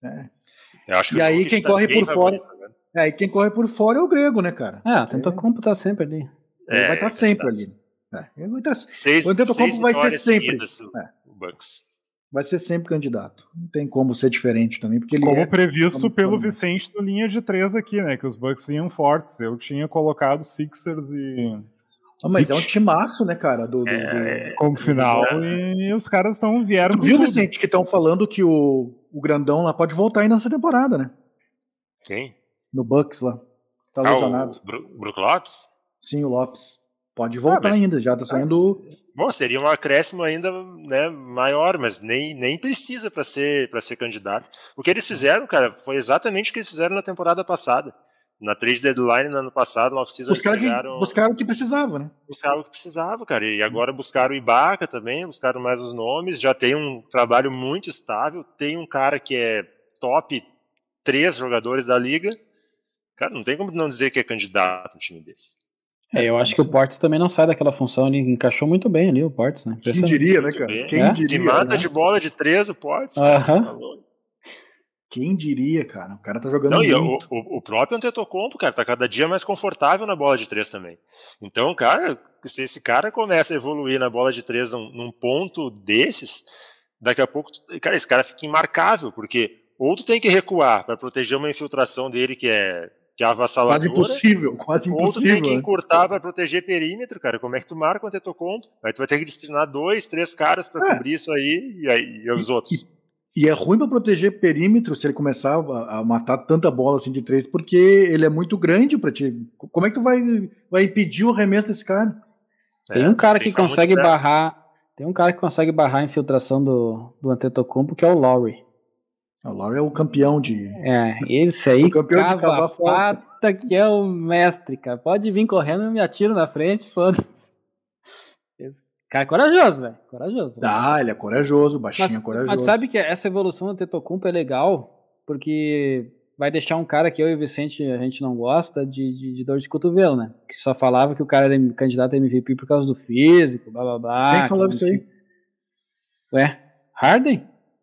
D: Eu acho que
A: e aí quem corre por fora... E quem corre por fora é o grego, né, cara?
C: Antetokounmpo tá sempre ali.
A: Ele vai estar sempre ali. Ele vai estar...
D: O
A: Antetokounmpo vai ser sempre.
D: O Bucks.
A: Vai ser sempre candidato. Não tem como ser diferente também, porque ele
B: como previsto pelo Vicente do Linha de 3 aqui, né? Que os Bucks vinham fortes. Eu tinha colocado Sixers e...
A: mas é um timaço, né, cara?
B: Como final, e os caras vieram com
A: viu,
B: tudo.
A: Vicente, que estão falando que o grandão lá pode voltar aí nessa temporada, né?
D: Quem?
A: No Bucks lá. Tá lesionado.
D: O Brook Lopes?
A: Sim, o Lopes. Pode voltar ainda, já tá saindo...
D: Bom, seria um acréscimo ainda, né, maior, mas nem precisa para ser candidato. O que eles fizeram, cara, foi exatamente o que eles fizeram na temporada passada. Na trade deadline no ano passado, na off-season,
A: buscaram o que precisava, né?
D: Buscaram o que precisava, cara. E agora buscaram o Ibaka também, buscaram mais os nomes, já tem um trabalho muito estável, tem um cara que é top 3 jogadores da liga. Cara, não tem como não dizer que é candidato um time desse.
C: Eu acho que o Portis também não sai daquela função, ele encaixou muito bem ali, o Portis, né?
A: Quem diria, né, cara? Quem diria?
D: De mata de bola de 3, o Portis.
A: Quem diria, cara? O cara tá jogando
D: Não, e
A: muito.
D: o próprio Antetokounmpo, cara, tá cada dia mais confortável na bola de 3 também. Então, cara, se esse cara começa a evoluir na bola de 3 num ponto desses, daqui a pouco, cara, esse cara fica imarcável, porque ou tu tem que recuar para proteger uma infiltração dele que é avassaladora,
A: quase
D: ou tu tem
A: impossível.
D: que
A: né?
D: encurtar para proteger perímetro, cara. Como é que tu marca o Antetokounmpo? Aí tu vai ter que destinar 2, 3 caras para cobrir isso aí e os outros.
A: E é ruim pra proteger perímetro se ele começar a matar tanta bola assim de 3, porque ele é muito grande pra ti. Como é que tu vai impedir o arremesso desse cara?
C: Tem um cara que
D: ficar muito
C: consegue
D: perto.
C: barrar. Tem um cara que consegue barrar a infiltração do Antetokounmpo, que é o Lowry.
A: O Lauro é o campeão de.
C: Esse aí
A: O campeão de
C: cava
A: cavar
C: a fata que é o mestre, cara. Pode vir correndo, eu me atiro na frente, foda-se. Esse cara é corajoso, velho. Corajoso.
A: Ele é corajoso, baixinho, corajoso.
C: Mas sabe que essa evolução do Antetokounmpo é legal, porque vai deixar um cara que eu e o Vicente a gente não gosta de dor de cotovelo, né? Que só falava que o cara era candidato a MVP por causa do físico, blá blá blá.
A: Quem falava isso aí?
C: Ué, Harden?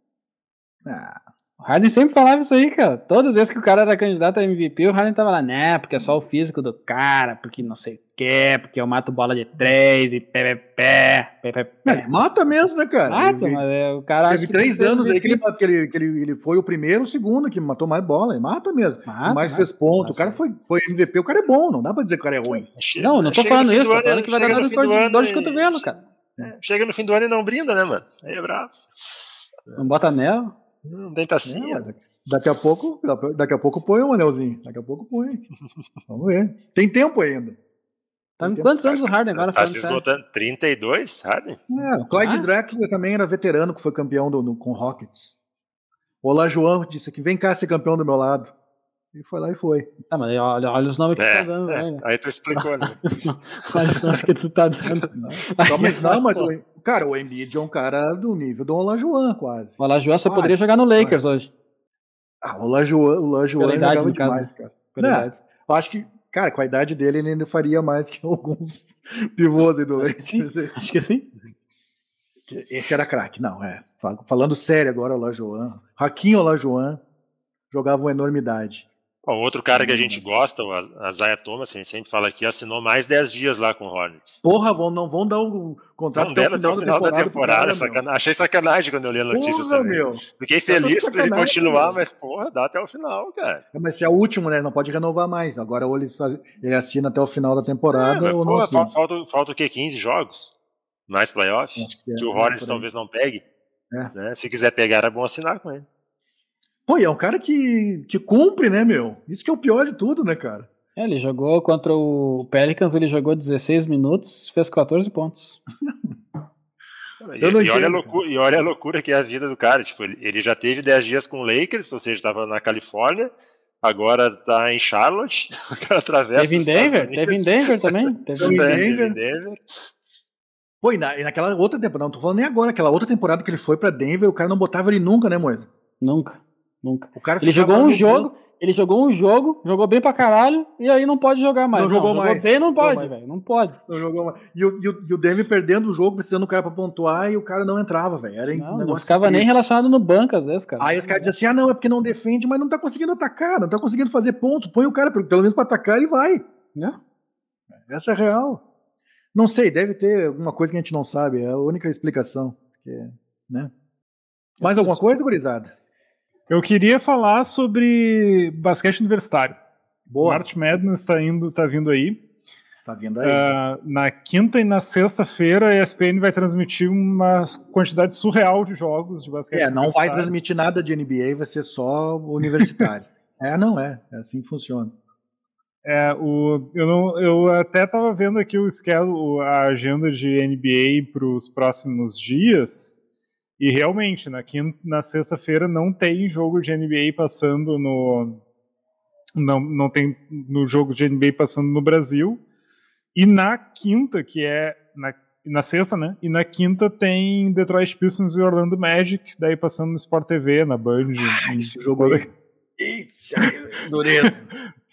A: Ah,
C: O Harden sempre falava isso aí, cara. Todas as vezes que o cara era candidato a MVP, o Harden tava lá, né? Porque é só o físico do cara, porque não sei o quê, porque eu mato bola de 3 e pé.
A: ele mata mesmo, né, cara?
C: Mata,
A: Ele-
C: mas o cara acha
A: Teve
C: que
A: 3
C: precisa
A: anos
C: de
A: aí que
C: MVP.
A: ele foi o primeiro ou o segundo que matou mais bola. Ele mata mesmo.
C: Mata,
A: mais
C: mata.
A: fez ponto.
C: Mata.
A: O cara foi MVP. O cara é bom. Não dá pra dizer que o cara é ruim.
C: Não tô
D: Chega
C: falando
D: no fim
C: isso,
D: do
C: tô
D: ano,
C: falando que vai dar
D: chega no fim do ano
C: dor de
D: e-
C: cotovelo, cara.
D: Chega no fim do ano e não brinda, né, mano? Aí é bravo.
C: Não bota anel.
D: Não tem tacinha.
A: Daqui a pouco põe um anelzinho. Daqui a pouco põe. Vamos ver. Tem tempo ainda.
C: Tá com quantos anos o Harden agora?
D: Tá
C: falando
D: se
C: sério?
D: esgotando. 32, Harden?
A: O Clyde
C: Ah.
A: Drexler também era veterano, que foi campeão com o Rockets. O Olajuwon disse aqui, vem cá ser campeão do meu lado. E foi lá e foi.
C: Tá, mas olha os nomes que tu tá dando, né?
D: Aí tu explicou, né?
C: Olha os nomes que tu tá dando.
A: Só, mas
C: Aí,
A: não, mas
C: pô,
A: cara, o Embiid é um cara do nível do Olajuwon, quase.
C: o Olajuwon só
A: Quase.
C: poderia jogar no Lakers hoje.
A: O Olajuwon
C: Pela idade,
A: jogava
C: no caso,
A: demais, cara.
C: Pela
A: Não,
C: idade.
A: eu acho que, cara, com a idade dele, ele ainda faria mais que alguns pivôs aí do Lakers.
C: Acho que sim.
A: Esse era craque, não, falando sério agora, o Olajuwon. Raquinho Olajuwon jogava uma enormidade.
D: Ó, outro cara que a gente gosta, o Isaiah Thomas, que a gente sempre fala aqui, assinou mais 10 dias lá com o Hornets.
A: Porra, não vão dar o contrato
D: Não deram até o final da temporada.
A: pro cara,
D: Achei sacanagem quando eu li a notícia
A: Porra,
D: também.
A: meu.
D: Fiquei feliz por ele
A: sacanagem,
D: continuar,
A: meu.
D: mas porra, dá até o final, cara.
A: Mas se é o último, né? Não pode renovar mais. Agora ou ele assina até o final da temporada
D: Mas,
A: ou não
D: porra,
A: assina.
D: falta o quê? 15 jogos? Mais playoff?
A: Acho que é,
D: Que o
A: por
D: Hornets
A: aí.
D: talvez não pegue.
A: É.
D: Né? Se quiser pegar, é bom assinar com ele.
A: Pô, e é um cara que cumpre, né, meu? Isso que é o pior de tudo, né, cara?
C: Ele jogou contra o Pelicans, ele jogou 16 minutos, fez 14 pontos.
A: Eu não
D: E olha,
A: entendo,
D: e olha a loucura que é a vida do cara. Tipo, ele já teve 10 dias com o Lakers, ou seja, estava na Califórnia, agora tá em Charlotte, o cara atravessa
C: Teve em
D: os Estados
C: Denver?
D: Unidos.
C: Teve em Denver também? Teve em
A: Denver.
D: Teve em Denver.
A: Pô, e naquela outra temporada, não tô falando nem agora, aquela outra temporada que ele foi pra Denver, o cara não botava ele nunca, né, Moisa?
C: Nunca.
A: O cara
C: Ele
A: ficava
C: jogou um
A: no
C: jogo, jogou bem pra caralho, e aí não pode jogar mais.
A: Não jogou mais.
C: Bem, não
A: Jogou
C: pode,
A: mais.
C: velho. Não pode.
A: Não jogou mais. E o Denver perdendo o jogo, precisando do cara pra pontuar, e o cara não entrava, velho. Era um
C: Não
A: negócio
C: ficava nem
A: incrível.
C: relacionado no banco, às vezes, cara.
A: Aí os caras diziam assim, não, é porque não defende, mas não tá conseguindo atacar, não tá conseguindo fazer ponto. Põe o cara, pelo menos pra atacar, e vai.
C: Não.
A: Essa é real. Não sei, deve ter alguma coisa que a gente não sabe, é a única explicação. Né? Mais alguma coisa, gurizada?
B: Eu queria falar sobre basquete universitário.
A: Boa.
B: March Madness tá vindo aí.
A: Tá vindo aí.
B: Na quinta e na sexta-feira, a ESPN vai transmitir uma quantidade surreal de jogos de basquete
A: Não vai
B: universitário.
A: transmitir nada de NBA, vai ser só universitário. Não é assim que funciona.
B: Eu até estava vendo aqui a agenda de NBA para os próximos dias, e realmente, na sexta-feira não tem jogo de NBA passando não tem no jogo de NBA passando no Brasil, e na quinta, que é na sexta, né? E na quinta tem Detroit Pistons e Orlando Magic, daí passando no Sport TV, na Band.
A: Esse jogo aí. Esse aí, dureza.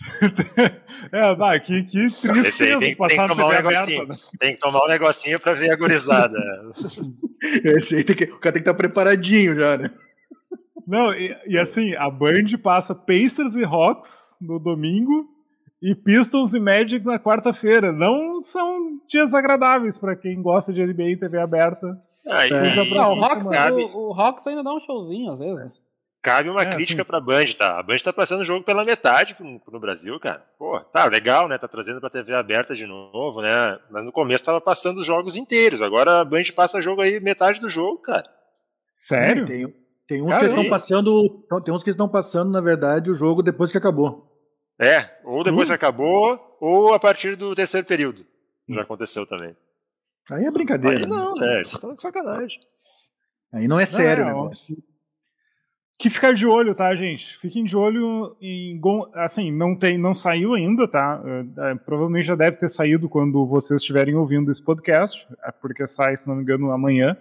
D: Esse
B: Que
D: aí
B: tristeza
D: tem que
B: passar
D: tomar um
B: TV
D: negocinho.
B: aberta, né?
D: Tem que tomar um negocinho pra ver a gurizada.
A: Esse aí o cara tem que estar preparadinho já, né?
B: Não, e assim, a Band passa Pacers e Hawks no domingo e Pistons e Magic na quarta-feira. Não são dias agradáveis pra quem gosta de NBA em TV aberta.
D: Aí,
C: O Hawks ainda dá um showzinho às vezes.
D: Cabe uma crítica
B: assim,
D: pra Band, tá? A Band tá passando o jogo pela metade no Brasil, cara. Pô, tá legal, né? Tá trazendo pra TV aberta de novo, né? Mas no começo tava passando os jogos inteiros. Agora a Band passa jogo aí metade do jogo, cara.
B: Sério?
A: Tem uns que estão passando. Tem uns que estão passando, na verdade, o jogo depois que acabou.
D: Ou depois que acabou, ou a partir do terceiro período. Já aconteceu também.
A: Aí é brincadeira.
D: Aí não, né? Vocês estão de sacanagem.
A: Aí não é sério o negócio.
B: Que ficar de olho, tá, gente? Fiquem de olho em... Assim, não saiu ainda, tá? Provavelmente já deve ter saído quando vocês estiverem ouvindo esse podcast, porque sai, se não me engano, amanhã,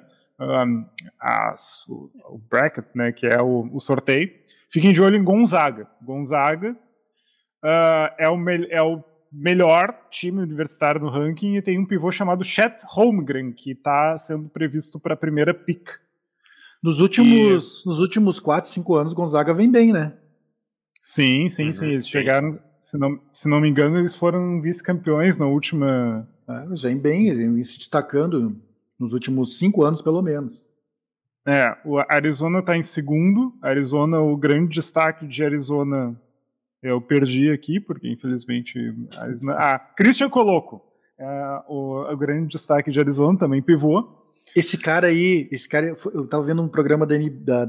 B: o bracket, né, que é o sorteio. Fiquem de olho em Gonzaga. Gonzaga é o melhor time universitário no ranking e tem um pivô chamado Chet Holmgren, que está sendo previsto para a primeira pick.
A: Nos últimos 4, 5 anos, Gonzaga vem bem, né?
B: Sim. Eles chegaram, se não me engano, eles foram vice-campeões na última...
A: Vem bem, vem se destacando nos últimos 5 anos, pelo menos.
B: O Arizona está em segundo. Arizona, o grande destaque de Arizona, eu perdi aqui, porque infelizmente... Christian Coloco, o grande destaque de Arizona, também pivô.
A: Esse cara, eu tava vendo um programa da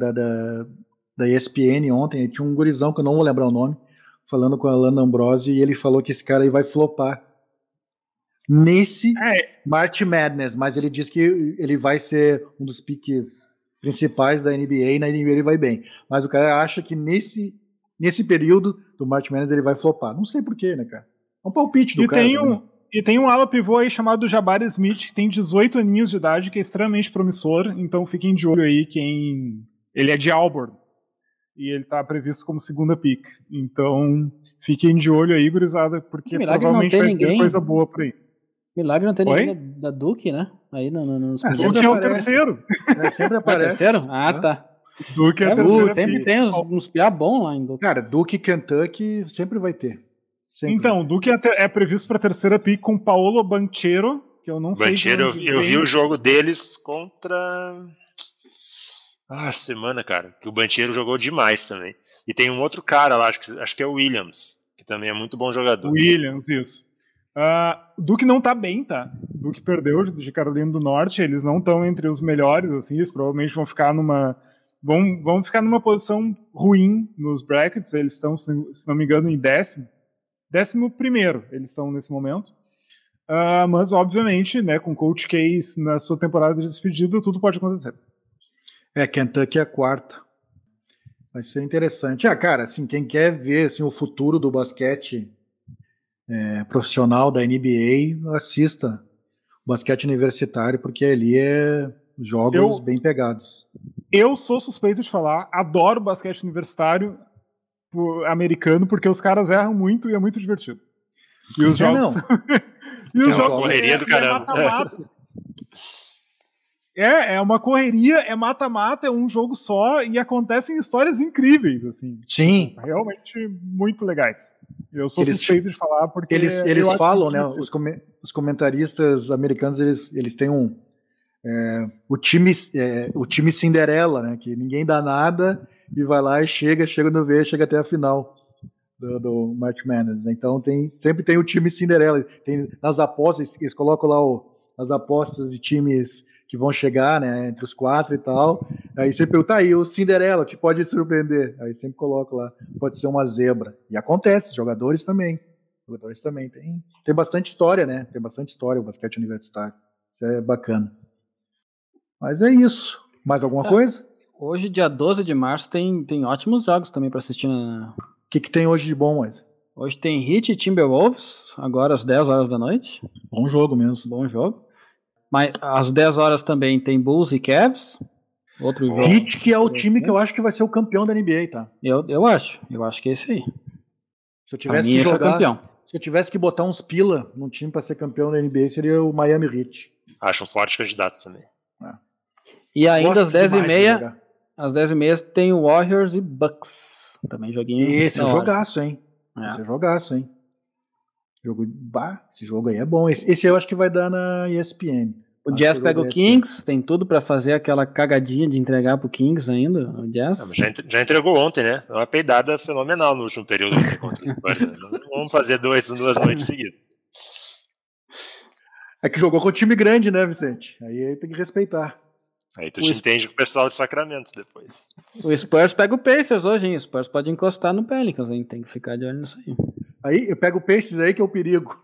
A: ESPN ontem, tinha um gurizão, que eu não vou lembrar o nome, falando com a Alana Ambrosio, e ele falou que esse cara aí vai flopar nesse March Madness, mas ele diz que ele vai ser um dos piques principais da NBA, e na NBA ele vai bem. Mas o cara acha que nesse período do March Madness ele vai flopar. Não sei porquê, né, cara? É um palpite do cara.
B: E tem um ala pivô aí chamado Jabari Smith, que tem 18 aninhos de idade, que é extremamente promissor, então fiquem de olho aí ele é de Auburn, e ele tá previsto como segunda pick. Então, fiquem de olho aí, gurizada, porque provavelmente vai ter coisa boa por aí.
C: Milagre não tem ninguém da Duke, né? Aí nos
B: Duke é o terceiro.
A: Sempre aparece.
C: É o terceiro? Tá.
B: Duke é o terceiro.
C: Sempre tem uns piá bons lá em Duke.
A: Cara, Duke e Kentucky sempre vai ter. Sempre.
B: Então, o Duke é previsto para a terceira pick com Paolo Banchero, que eu não sei.
D: Banchero, eu vi o jogo deles contra... semana, cara, que o Banchero jogou demais também. E tem um outro cara lá, acho que é o Williams, que também é muito bom jogador.
B: Williams, isso. Duke não tá bem, tá? Duke perdeu de Carolina do Norte, eles não estão entre os melhores, assim, eles provavelmente vão ficar vão ficar numa posição ruim nos brackets. Eles estão, se não me engano, em 11º, eles estão nesse momento. Mas, obviamente, né, com Coach Case na sua temporada de despedida, tudo pode acontecer.
A: Kentucky é a quarta. Vai ser interessante. Cara, assim, quem quer ver assim, o futuro do basquete profissional da NBA, assista o basquete universitário, porque ali é jogos bem pegados.
B: Eu sou suspeito de falar, adoro basquete universitário americano, porque os caras erram muito e é muito divertido. E os jogos... e os jogos
D: correria do caramba.
B: É uma correria, é mata-mata, é um jogo só e acontecem histórias incríveis, assim.
A: Sim.
B: Realmente muito legais. Eu sou suspeito de falar porque...
A: Eles falam, né, os comentaristas americanos, eles têm o time Cinderela, né, que ninguém dá nada e vai lá e chega no V, chega até a final do March Madness. Então sempre tem o time Cinderela. Nas apostas, eles colocam lá as apostas de times que vão chegar, né, entre os 4 e tal. Aí você pergunta, aí o Cinderela que pode surpreender. Aí sempre coloca lá, pode ser uma zebra. E acontece, jogadores também. Tem bastante história, né? Tem bastante história o basquete universitário. Isso é bacana. Mas é isso. Mais alguma coisa?
C: Hoje, dia 12 de março, tem ótimos jogos também para assistir.
A: O que tem hoje de bom, Moisés?
C: Hoje tem Heat e Timberwolves, agora às 10 horas da noite.
A: Bom jogo mesmo.
C: Bom jogo. Mas às 10 horas também tem Bulls e Cavs. Outro jogo.
A: Heat, que é o time que eu acho que vai ser o campeão da NBA, tá?
C: Eu acho que é esse aí.
A: Se eu tivesse que jogar, se eu tivesse que botar uns pila num time para ser campeão da NBA, seria o Miami Heat.
D: Acho um forte candidato também.
C: E ainda às 10h30 Às 10h30 tem o Warriors e Bucks. Também joguinho.
A: Esse é
C: da hora.
A: jogaço, hein?
C: É.
A: Esse é jogaço, hein? Esse jogo aí é bom. Esse eu acho que vai dar na ESPN.
C: O
A: Acho
C: Jazz
A: que
C: pega o
A: da
C: Kings, tem tudo pra fazer aquela cagadinha de entregar pro Kings ainda, o Jazz.
D: Já entregou ontem, né? É uma peidada fenomenal no último período contra os Spurs. Né? Não vamos fazer duas noites seguidas.
A: É que jogou com time grande, né, Vicente? Aí tem que respeitar.
D: Aí tu te entende com o pessoal de Sacramento depois.
C: O Spurs pega o Pacers hoje, hein? O Spurs pode encostar no Pelicans, hein? Tem que ficar de olho nisso aí.
A: Aí eu pego o Pacers aí que é o perigo.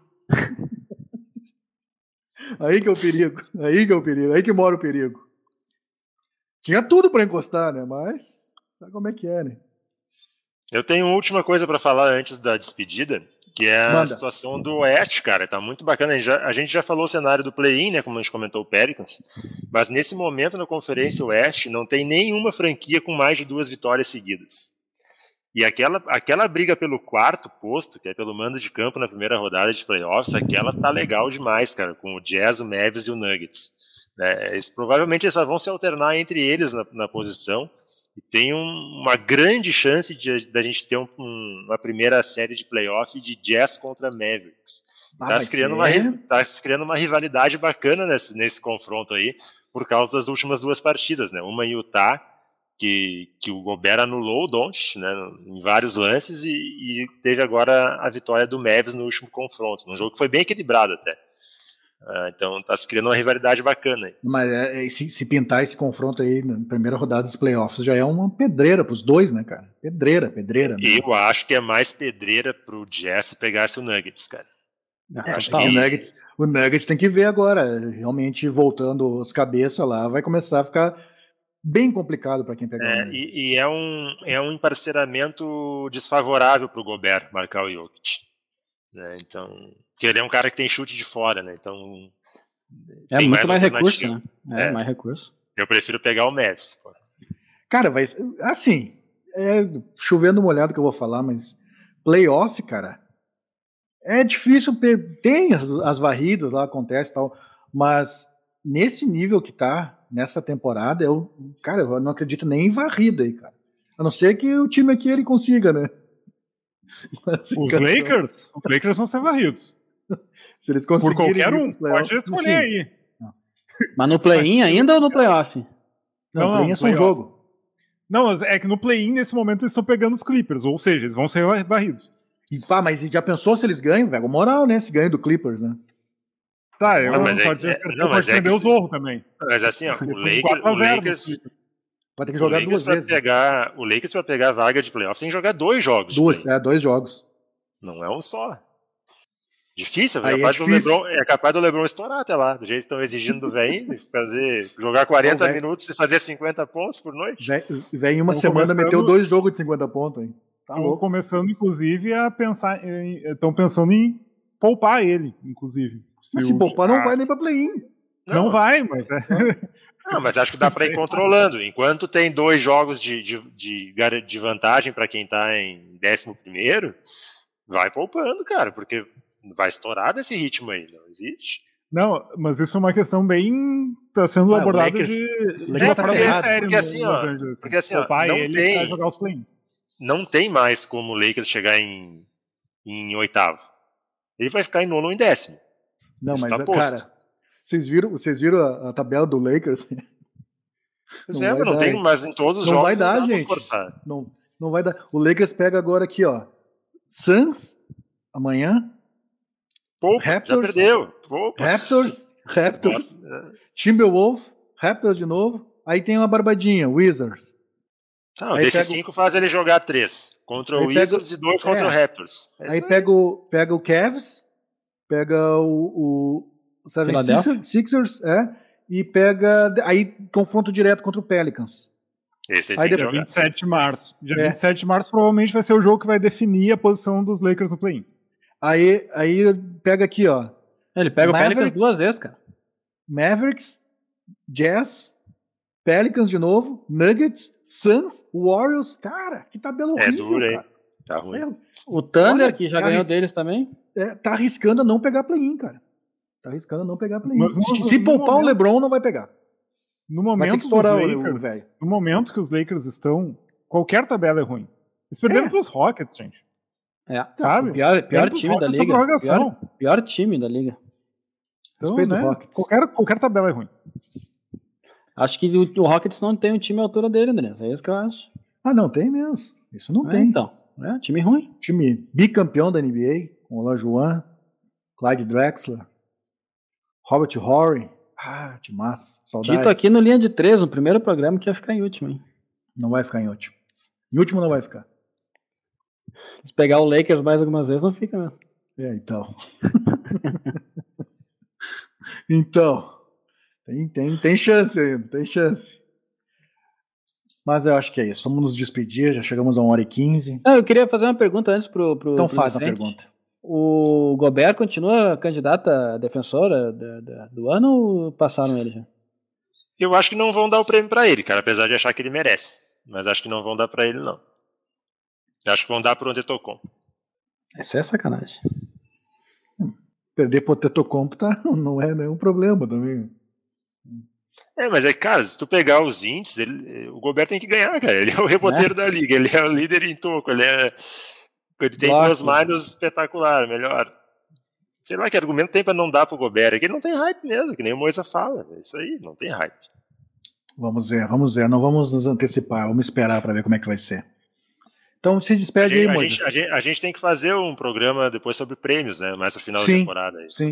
A: Aí que é o perigo. Aí que mora o perigo. Tinha tudo pra encostar, né? Mas sabe como é que é, né?
D: Eu tenho uma última coisa pra falar antes da despedida, que é a
A: Manda.
D: situação do Oeste, cara. Tá muito bacana. A gente já falou o cenário do play-in, né? Como a gente comentou o Pelicans. Mas nesse momento na Conferência Oeste não tem nenhuma franquia com mais de 2 vitórias seguidas. E aquela briga pelo quarto posto, que é pelo mando de campo na primeira rodada de playoffs, aquela tá legal demais, cara, com o Jazz, o Mavs e o Nuggets. Provavelmente eles só vão se alternar entre eles na posição, e tem uma grande chance da gente ter uma primeira série de playoff de Jazz contra Mavericks. Tá se criando uma rivalidade bacana nesse confronto aí, por causa das últimas 2 partidas, né? Uma em Utah, que o Gobert anulou o Doncic, né, em vários lances, e teve agora a vitória do Mavs no último confronto, num jogo que foi bem equilibrado até. Então tá se criando uma rivalidade bacana aí.
A: Mas se pintar esse confronto aí na primeira rodada dos playoffs já é uma pedreira pros dois, né, cara? Pedreira. Né?
D: Eu acho que é mais pedreira pro Jazz se pegasse o Nuggets, cara.
A: Acho que o Nuggets tem que ver agora, realmente voltando as cabeças lá, vai começar a ficar bem complicado para quem pegar o Nuggets.
D: E é um emparceramento desfavorável pro Gobert marcar o Jokic. Né? Então, porque ele é um cara que tem chute de fora, né? Então
C: é muito mais recurso, né? Mais recurso.
D: Eu prefiro pegar o Mavs. Pô.
A: Cara, vai assim, chovendo molhado que eu vou falar, mas playoff, cara, é difícil, tem as varridas lá, acontece e tal, mas nesse nível que tá, nessa temporada, eu não acredito nem em varrida aí, cara. A não ser que o time aqui ele consiga, né?
B: Os Lakers vão ser varridos.
A: Se eles conseguirem.
B: Por qualquer um, pode escolher
A: sim.
B: aí.
C: Mas no play-in ainda ou no playoff?
A: Não, play-in é só um jogo.
B: Não, mas é que no play-in, nesse momento, eles estão pegando os Clippers, ou seja, eles vão ser varridos.
A: Mas já pensou se eles ganham? Pega moral, né? Se ganham do Clippers, né?
B: Tá, eu
D: mas
B: pode perder o Zorro também.
D: Mas assim, ó, o Lakers
A: vai ter que jogar 2 vezes.
D: O Lakers pra pegar a vaga de playoff tem que jogar 2 jogos.
A: 2 jogos.
D: Não é um só. Difícil, é capaz do LeBron estourar até lá, do jeito que estão exigindo do velhinho, jogar 40 minutos e fazer 50 pontos por noite.
A: Vem em uma semana meteu 2 jogos de 50 pontos, hein?
B: Estão começando, inclusive, a pensar. Estão pensando em poupar ele, inclusive.
A: Mas se poupar, não vai nem pra play-in.
B: Não vai, mas
D: Não, mas acho que dá pra ir controlando. Enquanto tem 2 jogos de vantagem pra quem tá em 11º, vai poupando, cara, porque vai estourar desse ritmo aí, não existe.
B: Não, mas isso é uma questão bem... Tá sendo abordada de uma forma bem séria.
D: Porque assim, ó,
B: jogar os play-in.
D: Não tem mais como o Lakers chegar em 8º. Ele vai ficar em 9º ou em 10º.
A: Não,
D: isso
A: mas,
D: tá posto.
A: Cara, vocês viram a tabela do Lakers?
D: Não tem, mas em todos os jogos
A: vai dar,
D: não dá
A: gente.
D: Pra forçar.
A: Não vai dar. O Lakers pega agora aqui, ó. Suns, amanhã.
D: Poupa,
A: Raptors,
D: já perdeu.
A: Raptors. Timberwolves, Raptors de novo. Aí tem uma barbadinha, Wizards.
D: Não, desses 5 faz ele jogar 3 contra o Wizards e 2 contra o Raptors.
A: Aí pega o Cavs, pega o 76ers, e pega aí confronto direto contra o Pelicans.
D: Esse
B: aí dia 27 de março. Dia 27 de março provavelmente vai ser o jogo que vai definir a posição dos Lakers no play-in.
A: Aí pega aqui, ó.
C: Ele pega Mavericks, o Pelicans 2 vezes, cara.
A: Mavericks, Jazz, Pelicans de novo, Nuggets, Suns, Warriors. Cara, que tabela horrível,
D: duro, hein?
A: Cara.
D: Tá ruim.
C: O Thunder, que já ganhou deles também.
A: Tá arriscando a não pegar play-in, cara. Tá arriscando a não pegar play-in. Se poupar o LeBron, não vai pegar.
B: No
A: Vai ter
B: momento
A: que estourar
B: dos
A: o
B: Lakers,
A: velho.
B: no momento que os Lakers estão, qualquer tabela é ruim. Eles perderam pros Rockets, gente.
C: É.
B: Sabe?
C: O pior
B: Perde pros
C: time da
B: Rockets na
C: liga.
B: prorrogação.
C: Pior time da liga.
B: Então,
A: Respeito
B: né?
A: o Rockets.
B: Qualquer tabela é ruim.
C: Acho que o Rockets não tem um time à altura dele, André. É isso que eu acho.
A: Ah, não tem mesmo. Isso não tem.
C: Então, time ruim.
A: Time bicampeão da NBA, com Olajuwon, Clyde Drexler, Robert Horry. Ah, time massa. Saudades.
C: Dito aqui no linha de 3, no primeiro programa, que ia ficar em último, hein?
A: Não vai ficar em último. Em último não vai ficar.
C: Se pegar o Lakers mais algumas vezes, não fica mesmo.
A: Então. Então. Tem chance ainda, tem chance. Mas eu acho que é isso. Vamos nos despedir, já chegamos a 1h15.
C: Eu queria fazer uma pergunta antes pro
A: Então faz a
C: Vicente.
A: pergunta.
C: O Gobert continua candidato a defensora do ano ou passaram ele já?
D: Eu acho que não vão dar o prêmio pra ele, cara, apesar de achar que ele merece. Mas acho que não vão dar pra ele, não. Eu acho que vão dar pro Antetokounmpo.
C: Isso é sacanagem.
A: Perder pro Tetocompo não é nenhum problema também.
D: Mas cara, se tu pegar os índices, o Gobert tem que ganhar, cara. Ele é o reboteiro da liga, ele é o líder em toco, ele tem plus-minus espetacular, melhor. Sei lá que argumento tem pra não dar pro Gobert, é que ele não tem hype mesmo, que nem o Moisa fala. É isso aí, não tem hype.
A: Vamos ver. Não vamos nos antecipar, vamos esperar pra ver como é que vai ser. Então se despede aí, Moisa.
D: A gente tem que fazer um programa depois sobre prêmios, né? Mais no final da temporada.
A: Sim.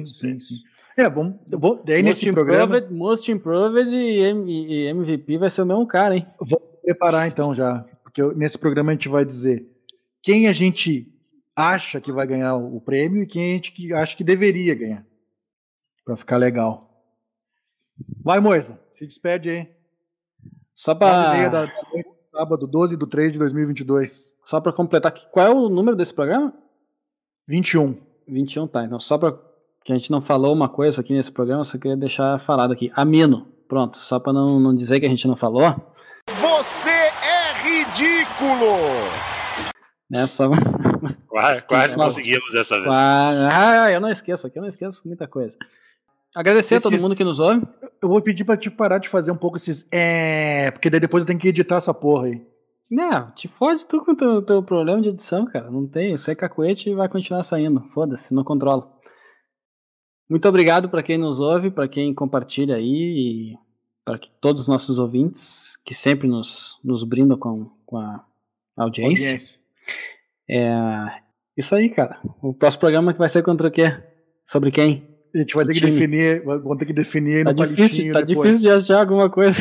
A: Daí nesse programa...
C: Most Improved e MVP vai ser o mesmo cara, hein?
A: Vou preparar então já, porque nesse programa a gente vai dizer quem a gente acha que vai ganhar o prêmio e quem a gente acha que deveria ganhar, pra ficar legal. Vai, Moisa, se despede aí.
C: Só pra...
A: 9h30 da noite, sábado 12/3/2022.
C: Só pra completar aqui, qual é o número desse programa?
A: 21.
C: 21, tá. Então só pra que a gente não falou uma coisa aqui nesse programa, eu só queria deixar falado aqui. Amino. Pronto, só pra não dizer que a gente não falou.
F: Você é ridículo!
C: Nessa...
D: Quase conseguimos dessa vez.
C: Eu não esqueço muita coisa. Agradecer a todo mundo que nos ouve.
A: Eu vou pedir pra te parar de fazer um pouco esses porque daí depois eu tenho que editar essa porra aí.
C: Não, te fode tu com o teu problema de edição, cara. Não tem, isso é cacuete e vai continuar saindo. Foda-se, não controla. Muito obrigado pra quem nos ouve, pra quem compartilha aí e para todos os nossos ouvintes que sempre nos brindam com a audiência. Isso aí, cara. O próximo programa que vai ser contra o quê? Sobre quem?
A: A gente vai ter que definir, vamos ter que definir aí no palitinho
C: Tá
A: depois.
C: difícil de achar alguma coisa.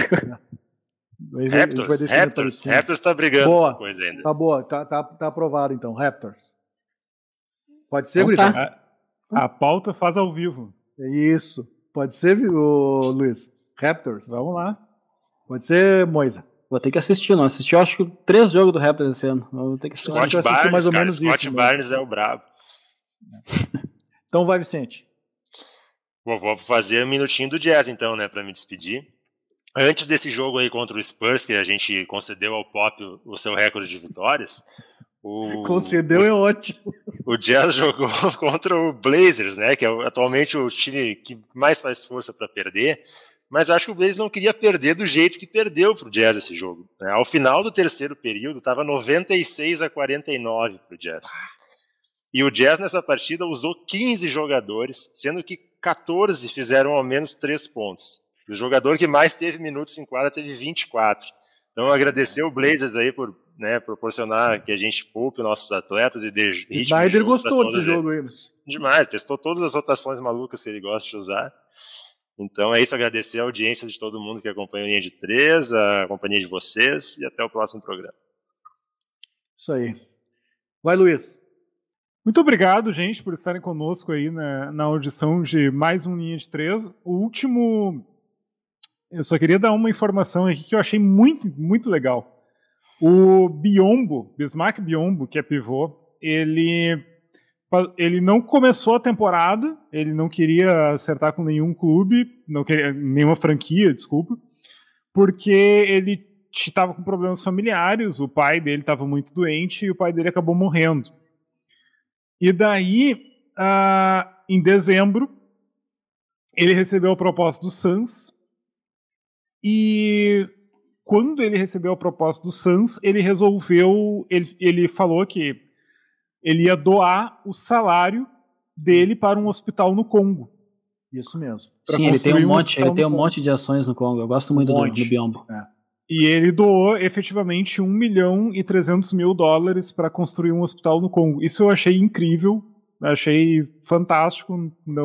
D: Raptors tá brigando
A: boa,
D: com coisa ainda.
A: Tá boa, tá aprovado então, Raptors. Pode ser,
C: Então
A: Gurizão?
C: tá.
B: A pauta faz ao vivo.
A: É isso. Pode ser, Luiz? Raptors?
B: Vamos lá.
A: Pode ser, Moisa?
C: Vou ter que assistir, não assisti, eu acho que 3 jogos do Raptors esse ano. Vou ter que assistir.
A: Scott Barnes, mais ou menos
D: Scott
A: isso,
D: Barnes é o brabo.
A: Então vai, Vicente.
D: Bom, vou fazer um minutinho do Jazz então, né, pra me despedir. Antes desse jogo aí contra o Spurs, que a gente concedeu ao Pop o seu recorde de vitórias,
A: concedeu é ótimo.
D: O Jazz jogou contra o Blazers, né, que é atualmente o time que mais faz força para perder, mas acho que o Blazers não queria perder do jeito que perdeu pro Jazz esse jogo, né? Ao final do terceiro período estava 96-49 pro Jazz. E o Jazz nessa partida usou 15 jogadores, sendo que 14 fizeram ao menos 3 pontos. E o jogador que mais teve minutos em quadra teve 24. Então agradecer o Blazers aí por, né, proporcionar que a gente poupe nossos atletas e dê ritmo.
A: Snyder gostou desse jogo aí.
D: Demais, testou todas as rotações malucas que ele gosta de usar. Então é isso, agradecer a audiência de todo mundo que acompanha a linha de 3, a companhia de vocês e até o próximo programa.
A: Isso aí. Vai, Luiz.
B: Muito obrigado, gente, por estarem conosco aí na audição de mais um Linha de 3. O último... Eu só queria dar uma informação aqui que eu achei muito, muito legal. O Bismack Biyombo, que é pivô, ele não começou a temporada, ele não queria acertar com nenhum clube, não queria, nenhuma franquia, desculpa, porque ele estava com problemas familiares, o pai dele estava muito doente e o pai dele acabou morrendo. E daí, em dezembro, ele recebeu a proposta do Suns E quando ele recebeu a proposta do Suns, ele resolveu, ele falou que ele ia doar o salário dele para um hospital no Congo.
A: Isso mesmo.
C: Sim, ele tem um monte de ações no Congo. Eu gosto muito do Biombo.
B: E ele doou efetivamente $1.3 milhões para construir um hospital no Congo. Isso eu achei incrível, achei fantástico.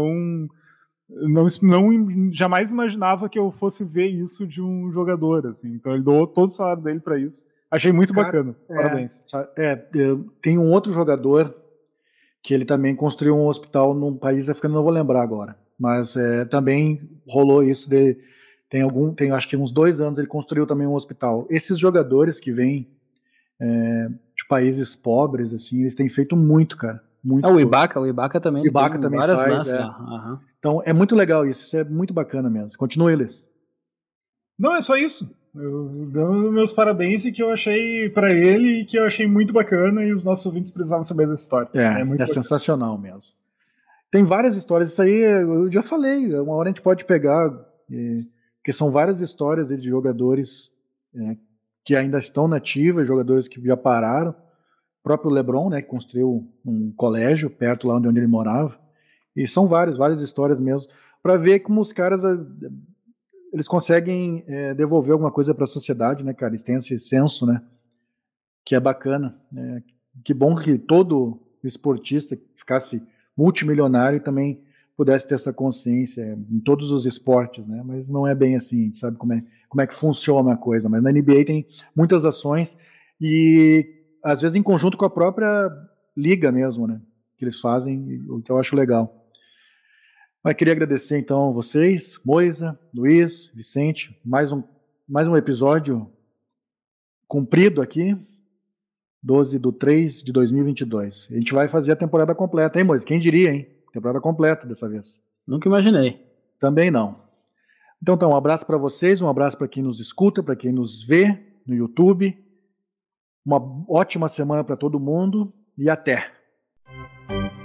B: Jamais imaginava que eu fosse ver isso de um jogador, assim. Então ele doou todo o salário dele para isso. Achei muito bacana. Parabéns.
A: Tem um outro jogador que ele também construiu um hospital num país africano, não vou lembrar agora, mas também rolou isso acho que uns 2 anos ele construiu também um hospital. Esses jogadores que vêm de países pobres, assim, eles têm feito muito, cara. Muito.
C: O Ibaka também.
A: O Ibaka também faz.
C: Lances,
A: Então é muito legal isso é muito bacana mesmo. Continue, Elis.
B: Não, é só isso. Eu dou meus parabéns e que eu achei pra ele e que eu achei muito bacana e os nossos ouvintes precisavam saber dessa história.
A: É sensacional mesmo. Tem várias histórias, isso aí eu já falei, uma hora a gente pode pegar, porque são várias histórias de jogadores que ainda estão na ativa, jogadores que já pararam. O próprio LeBron, né, que construiu um colégio perto lá onde ele morava. E são várias histórias mesmo, para ver como os caras eles conseguem devolver alguma coisa para a sociedade, né, cara? Eles têm esse senso, né, que é bacana. Que bom que todo esportista ficasse multimilionário e também pudesse ter essa consciência em todos os esportes, né? Mas não é bem assim, a gente sabe como é que funciona a coisa. Mas na NBA tem muitas ações e às vezes em conjunto com a própria liga mesmo, né? Que eles fazem, o que eu acho legal. Mas queria agradecer então a vocês, Moisa, Luiz, Vicente, mais um episódio cumprido aqui, 12/3/2022. A gente vai fazer a temporada completa, hein, Moisa? Quem diria, hein? Temporada completa dessa vez.
C: Nunca imaginei.
A: Também não. Então, um abraço para vocês, um abraço para quem nos escuta, para quem nos vê no YouTube. Uma ótima semana para todo mundo e até!